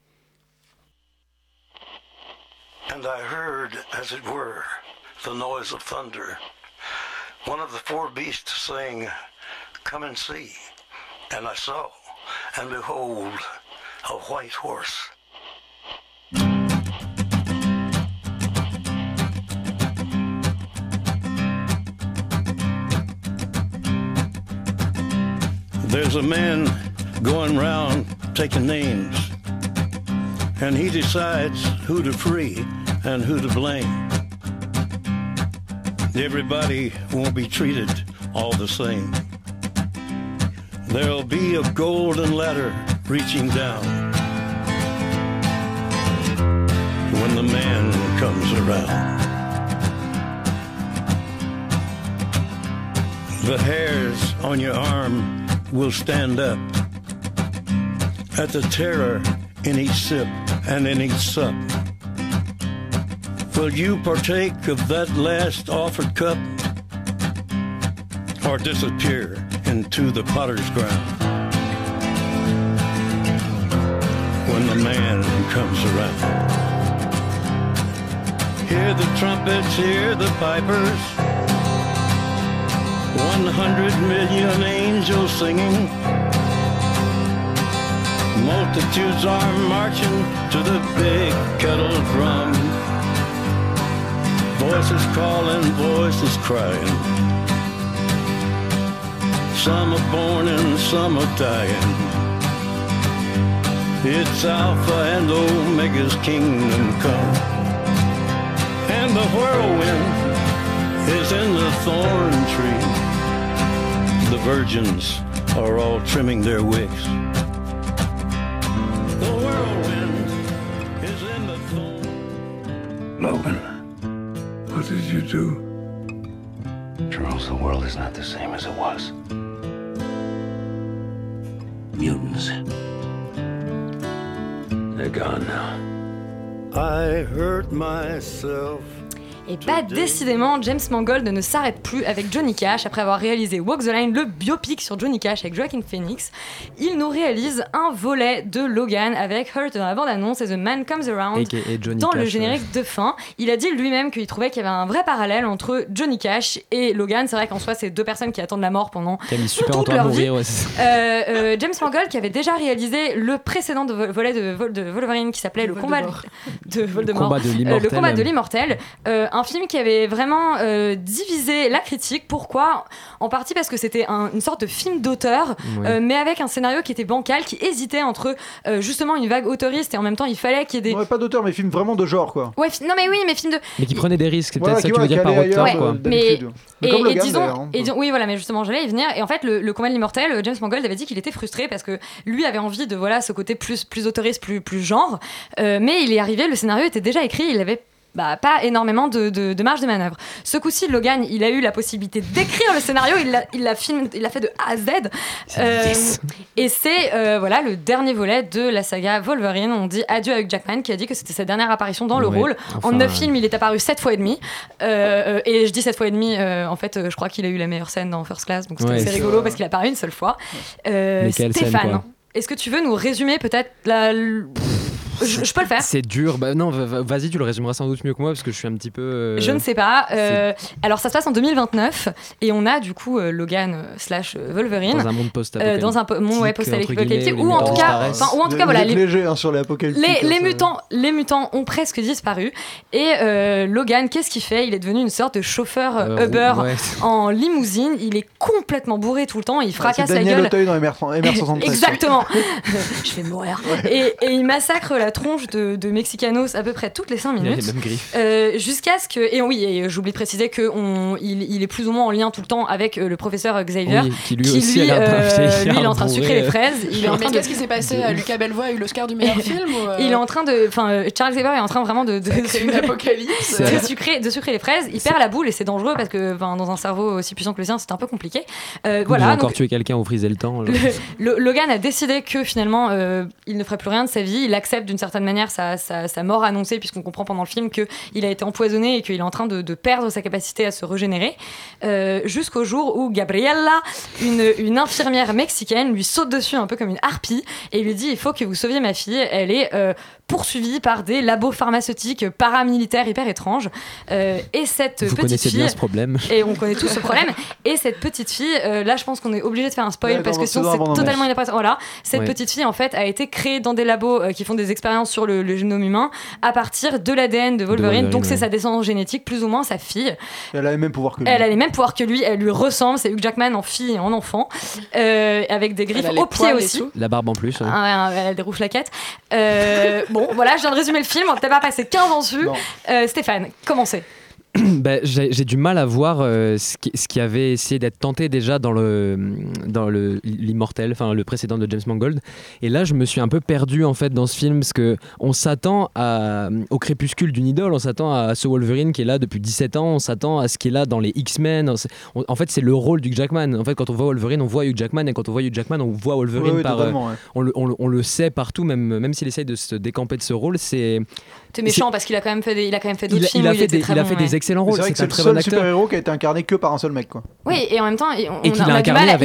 And I heard, as it were, the noise of thunder. One of the four beasts saying, "Come and see." And I saw, and behold, a white horse. There's a man going round taking names, and he decides who to free and who to blame. Everybody won't be treated all the same. There'll be a golden ladder reaching down when the man comes around. The hairs on your arm will stand up at the terror in each sip and in each sup. Will you partake of that last offered cup, or disappear into the potter's ground when the man comes around? Hear the trumpets, hear the pipers, 100 million angels singing. Multitudes are marching to the big kettle drum. Voices calling, voices crying. Some are born and some are dying. It's Alpha and Omega's kingdom come. And the whirlwind is in the thorn tree. The virgins are all trimming their wicks. The whirlwind is in the thorn. Logan, what did you do? Charles, the world is not the same as it was. Mutants. They're gone now. I hurt myself. Et pas décidément, James Mangold ne s'arrête plus avec Johnny Cash. Après avoir réalisé Walk the Line, le biopic sur Johnny Cash avec Joaquin Phoenix, il nous réalise un volet de Logan avec Hurt dans la bande-annonce et The Man Comes Around dans le générique de fin. Il a dit lui-même qu'il trouvait qu'il y avait un vrai parallèle entre Johnny Cash et Logan. C'est vrai qu'en soi, c'est deux personnes qui attendent la mort pendant toute leur vie. James Mangold qui avait déjà réalisé le précédent volet de Wolverine qui s'appelait Le combat de Voldemort, le combat de l'immortel. Un film qui avait vraiment divisé la critique. Pourquoi ? En partie parce que c'était une sorte de film d'auteur, mais avec un scénario qui était bancal, qui hésitait entre justement une vague autoriste et en même temps il fallait qu'il y ait des... Ouais, pas d'auteur, mais film vraiment de genre, quoi. Ouais, non mais oui, mais film de... Mais qui prenait des risques, c'est peut-être ça que tu veux dire par auteur, quoi. Mais comme Logan, disons, oui, voilà, mais justement, j'allais y venir. Et en fait, le combat de l'immortel, James Mangold avait dit qu'il était frustré parce que lui avait envie de ce côté plus autoriste, plus genre. Mais il est arrivé, le scénario était déjà écrit, il avait pas énormément de marge de manœuvre. Ce coup-ci, Logan, il a eu la possibilité d'écrire le scénario, il l'a fait de A à Z. Et c'est le dernier volet de la saga Wolverine. On dit adieu avec Jackman, qui a dit que c'était sa dernière apparition dans le rôle. En 9 films, il est apparu 7 fois et demi. Et je dis 7 fois et demi, en fait, je crois qu'il a eu la meilleure scène dans First Class, donc c'était assez rigolo parce qu'il a apparu une seule fois. Stéphane, est-ce que tu veux nous résumer peut-être Je peux le faire. C'est dur. Bah non, vas-y, tu le résumeras sans doute mieux que moi parce que je suis un petit peu. Je ne sais pas. Alors ça se passe en 2029 et on a du coup Logan / Wolverine dans un monde post-apocalyptique. Dans un monde post-apocalyptique ou en tout cas, voilà, léger sur les apocalyptiques. Les mutants ont presque disparu et Logan, qu'est-ce qu'il fait ? Il est devenu une sorte de chauffeur Uber en limousine. Il est complètement bourré tout le temps. Il fracasse la gueule. Daniel Auteuil dans MR73. Exactement. Je vais mourir. Et il massacre la tronche de Mexicanos à peu près toutes les 5 minutes. Il a les mêmes griffes. Jusqu'à ce que... Et j'oublie de préciser qu'il est plus ou moins en lien tout le temps avec le professeur Xavier, qui lui aussi il est en train de sucrer les fraises. Qu'est-ce qui s'est passé à Lucas Bellavoye a eu l'Oscar du meilleur film Il est en train de... Charles Xavier est en train vraiment de une apocalypse. de sucrer les fraises. Il perd la boule et c'est dangereux parce que dans un cerveau aussi puissant que le sien, c'est un peu compliqué. Voilà. J'ai encore tué quelqu'un ou frisé le temps. Logan a décidé que finalement il ne ferait plus rien de sa vie. Il accepte d'une certaine manière sa mort annoncée puisqu'on comprend pendant le film qu'il a été empoisonné et qu'il est en train de perdre sa capacité à se régénérer jusqu'au jour où Gabriella, une infirmière mexicaine, lui saute dessus un peu comme une harpie et lui dit il faut que vous sauviez ma fille, elle est poursuivie par des labos pharmaceutiques paramilitaires hyper étranges et cette vous petite fille bien ce problème. Et on connaît tous ce problème et cette petite fille là je pense qu'on est obligé de faire un spoil parce que sinon c'est totalement inapproprié. Voilà, cette petite fille en fait a été créée dans des labos qui font des expériences sur le génome humain à partir de l'ADN de Wolverine, donc c'est sa descendance génétique plus ou moins sa fille. Elle a les mêmes pouvoirs que lui. Elle a les mêmes pouvoirs que lui, elle lui ressemble, c'est Hugh Jackman en fille et en enfant avec des griffes aux pieds aussi. La barbe en plus. Elle a des rouflaquettes. Bon voilà, je viens de résumer le film, on peut pas passer 15 ans dessus. Stéphane, commencez. J'ai du mal à voir ce qui avait essayé d'être tenté déjà dans l'Immortel, enfin le précédent de James Mangold. Et là, je me suis un peu perdu en fait dans ce film parce que on s'attend au crépuscule d'une idole, on s'attend à ce Wolverine qui est là depuis 17 ans, on s'attend à ce qui est là dans les X-Men. En fait, c'est le rôle d'Hugh Jackman. En fait, quand on voit Wolverine, on voit Hugh Jackman, et quand on voit Hugh Jackman, on voit Wolverine on le sait partout, même s'il essaye de se décamper de ce rôle. C'est méchant parce qu'il a quand même fait d'autres films où il était très bon. Des excellents rôles. C'est vrai que c'est le seul super-héros qui a été incarné que par un seul mec, quoi. Oui, et en même temps, on a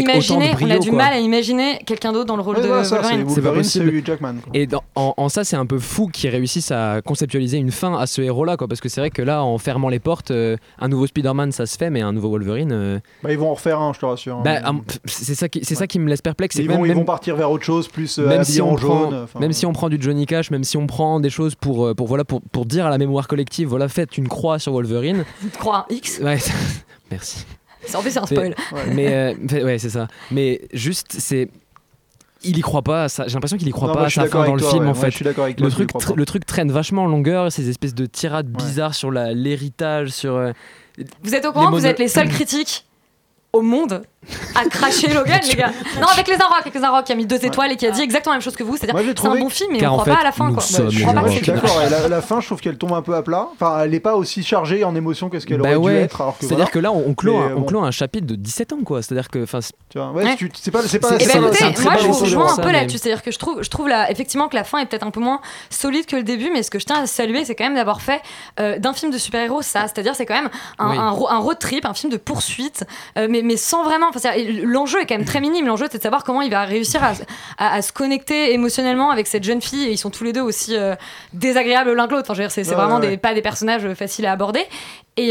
du mal à imaginer quelqu'un d'autre dans le rôle de Wolverine. C'est pas possible. C'est Hugh Jackman. Et en ça, c'est un peu fou qu'ils réussissent à conceptualiser une fin à ce héros-là, quoi. Parce que c'est vrai que là, en fermant les portes, un nouveau Spider-Man, ça se fait, mais un nouveau Wolverine. Ils vont en refaire un, je te rassure. C'est ça qui me laisse perplexe. Ils vont partir vers autre chose, plus habillé en jaune. Même si on prend du Johnny Cash, même si on prend des choses pour dire à la mémoire collective, voilà, faites une croix sur Wolverine. Une croix X. Ouais, merci. En fait, c'est un spoil. Mais c'est ça. Mais juste, il y croit pas à ça. J'ai l'impression qu'il y croit pas à sa fin dans le film, en fait. Je suis d'accord avec toi. Le truc traîne vachement en longueur, ces espèces de tirades bizarres sur l'héritage, sur. Vous êtes au courant que vous êtes les seuls critiques au monde à cracher Logan, les gars. Non, avec les Inrocks qui a mis 2 étoiles et qui a dit exactement la même chose que vous, c'est-à-dire c'est un bon film mais on croit pas à la fin, quoi. Je suis d'accord, la fin je trouve qu'elle tombe un peu à plat, enfin elle est pas aussi chargée en émotion que ce qu'elle aurait dû être, alors que c'est-à-dire que là on clôt un chapitre de 17 ans, quoi. C'est-à-dire que tu vois, c'est pas moi je vous rejoins un peu là-dessus, c'est-à-dire que je trouve effectivement que la fin est peut-être un peu moins solide que le début, mais ce que je tiens à saluer c'est quand même d'avoir fait d'un film de super-héros ça, c'est-à-dire c'est quand même un road trip, un film de poursuite, mais sans vraiment, l'enjeu est quand même très minime. L'enjeu, c'est de savoir comment il va réussir à se connecter émotionnellement avec cette jeune fille. Et ils sont tous les deux aussi désagréables l'un que l'autre. Enfin, je veux dire, c'est vraiment pas des personnages faciles à aborder. Et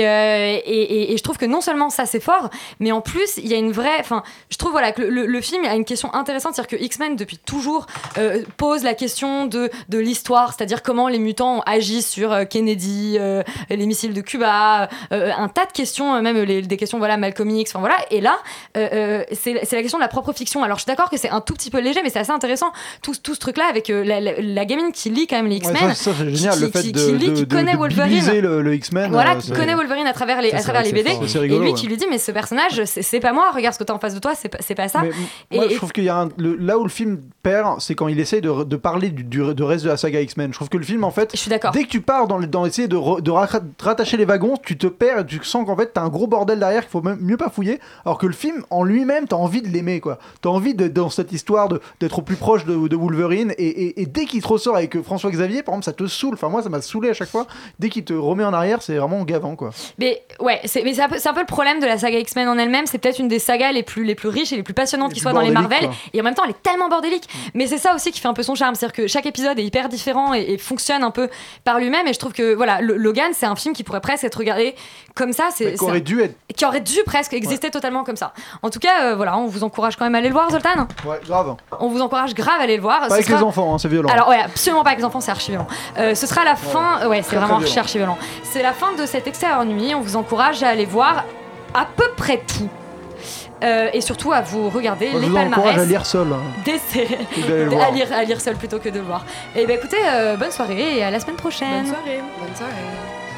je trouve que non seulement ça c'est fort, mais en plus il y a une vraie, enfin je trouve que le film a une question intéressante, c'est-à-dire que X-Men depuis toujours pose la question de l'histoire, c'est-à-dire comment les mutants ont agi sur Kennedy, les missiles de Cuba, un tas de questions, même des questions Malcolm X, enfin voilà. Et là c'est la question de la propre fiction. Alors je suis d'accord que c'est un tout petit peu léger, mais c'est assez intéressant tout ce truc-là avec la gamine qui lit quand même les X-Men, ça c'est génial, le fait qui connaît Wolverine, le X-Men, voilà, qui connaît Wolverine à travers les BD, et lui qui lui dit mais ce personnage c'est pas moi, regarde ce que t'as en face de toi, c'est pas ça. Moi je trouve qu'il y a là où le film perd, c'est quand il essaye de parler du reste de la saga X-Men. Je trouve que le film en fait, je suis d'accord, dès que tu pars dans essayer de rattacher les wagons, tu te perds et tu sens qu'en fait t'as un gros bordel derrière qu'il faut même mieux pas fouiller, alors que le film film en lui-même, t'as envie de l'aimer, quoi. T'as envie dans cette histoire d'être au plus proche de Wolverine, et dès qu'il te ressort avec François Xavier, par exemple, ça te saoule. Enfin, moi, ça m'a saoulé à chaque fois. Dès qu'il te remet en arrière, c'est vraiment gavant, quoi. Mais ouais, c'est un peu le problème de la saga X-Men en elle-même. C'est peut-être une des sagas les plus riches et les plus passionnantes qui soient dans les Marvel, quoi. Et en même temps, elle est tellement bordélique. Mais c'est ça aussi qui fait un peu son charme, c'est-à-dire que chaque épisode est hyper différent et fonctionne un peu par lui-même. Et je trouve que voilà, Logan, c'est un film qui pourrait presque être regardé comme ça. Qui aurait dû presque exister totalement comme ça. En tout cas, voilà, on vous encourage quand même à aller le voir, Zoltan. Ouais, grave. On vous encourage grave à aller le voir. Pas avec les enfants, hein, c'est violent. Alors ouais, absolument pas avec les enfants, c'est archi violent. Ce sera la fin. Ouais, c'est vraiment archi violent. C'est la fin de cette Extérieur Nuit. On vous encourage à aller voir à peu près tout. Et surtout à vous regarder les palmarès. Je vous encourage à lire seul. À lire seul plutôt que de le voir. Et bah écoutez, bonne soirée et à la semaine prochaine. Bonne soirée.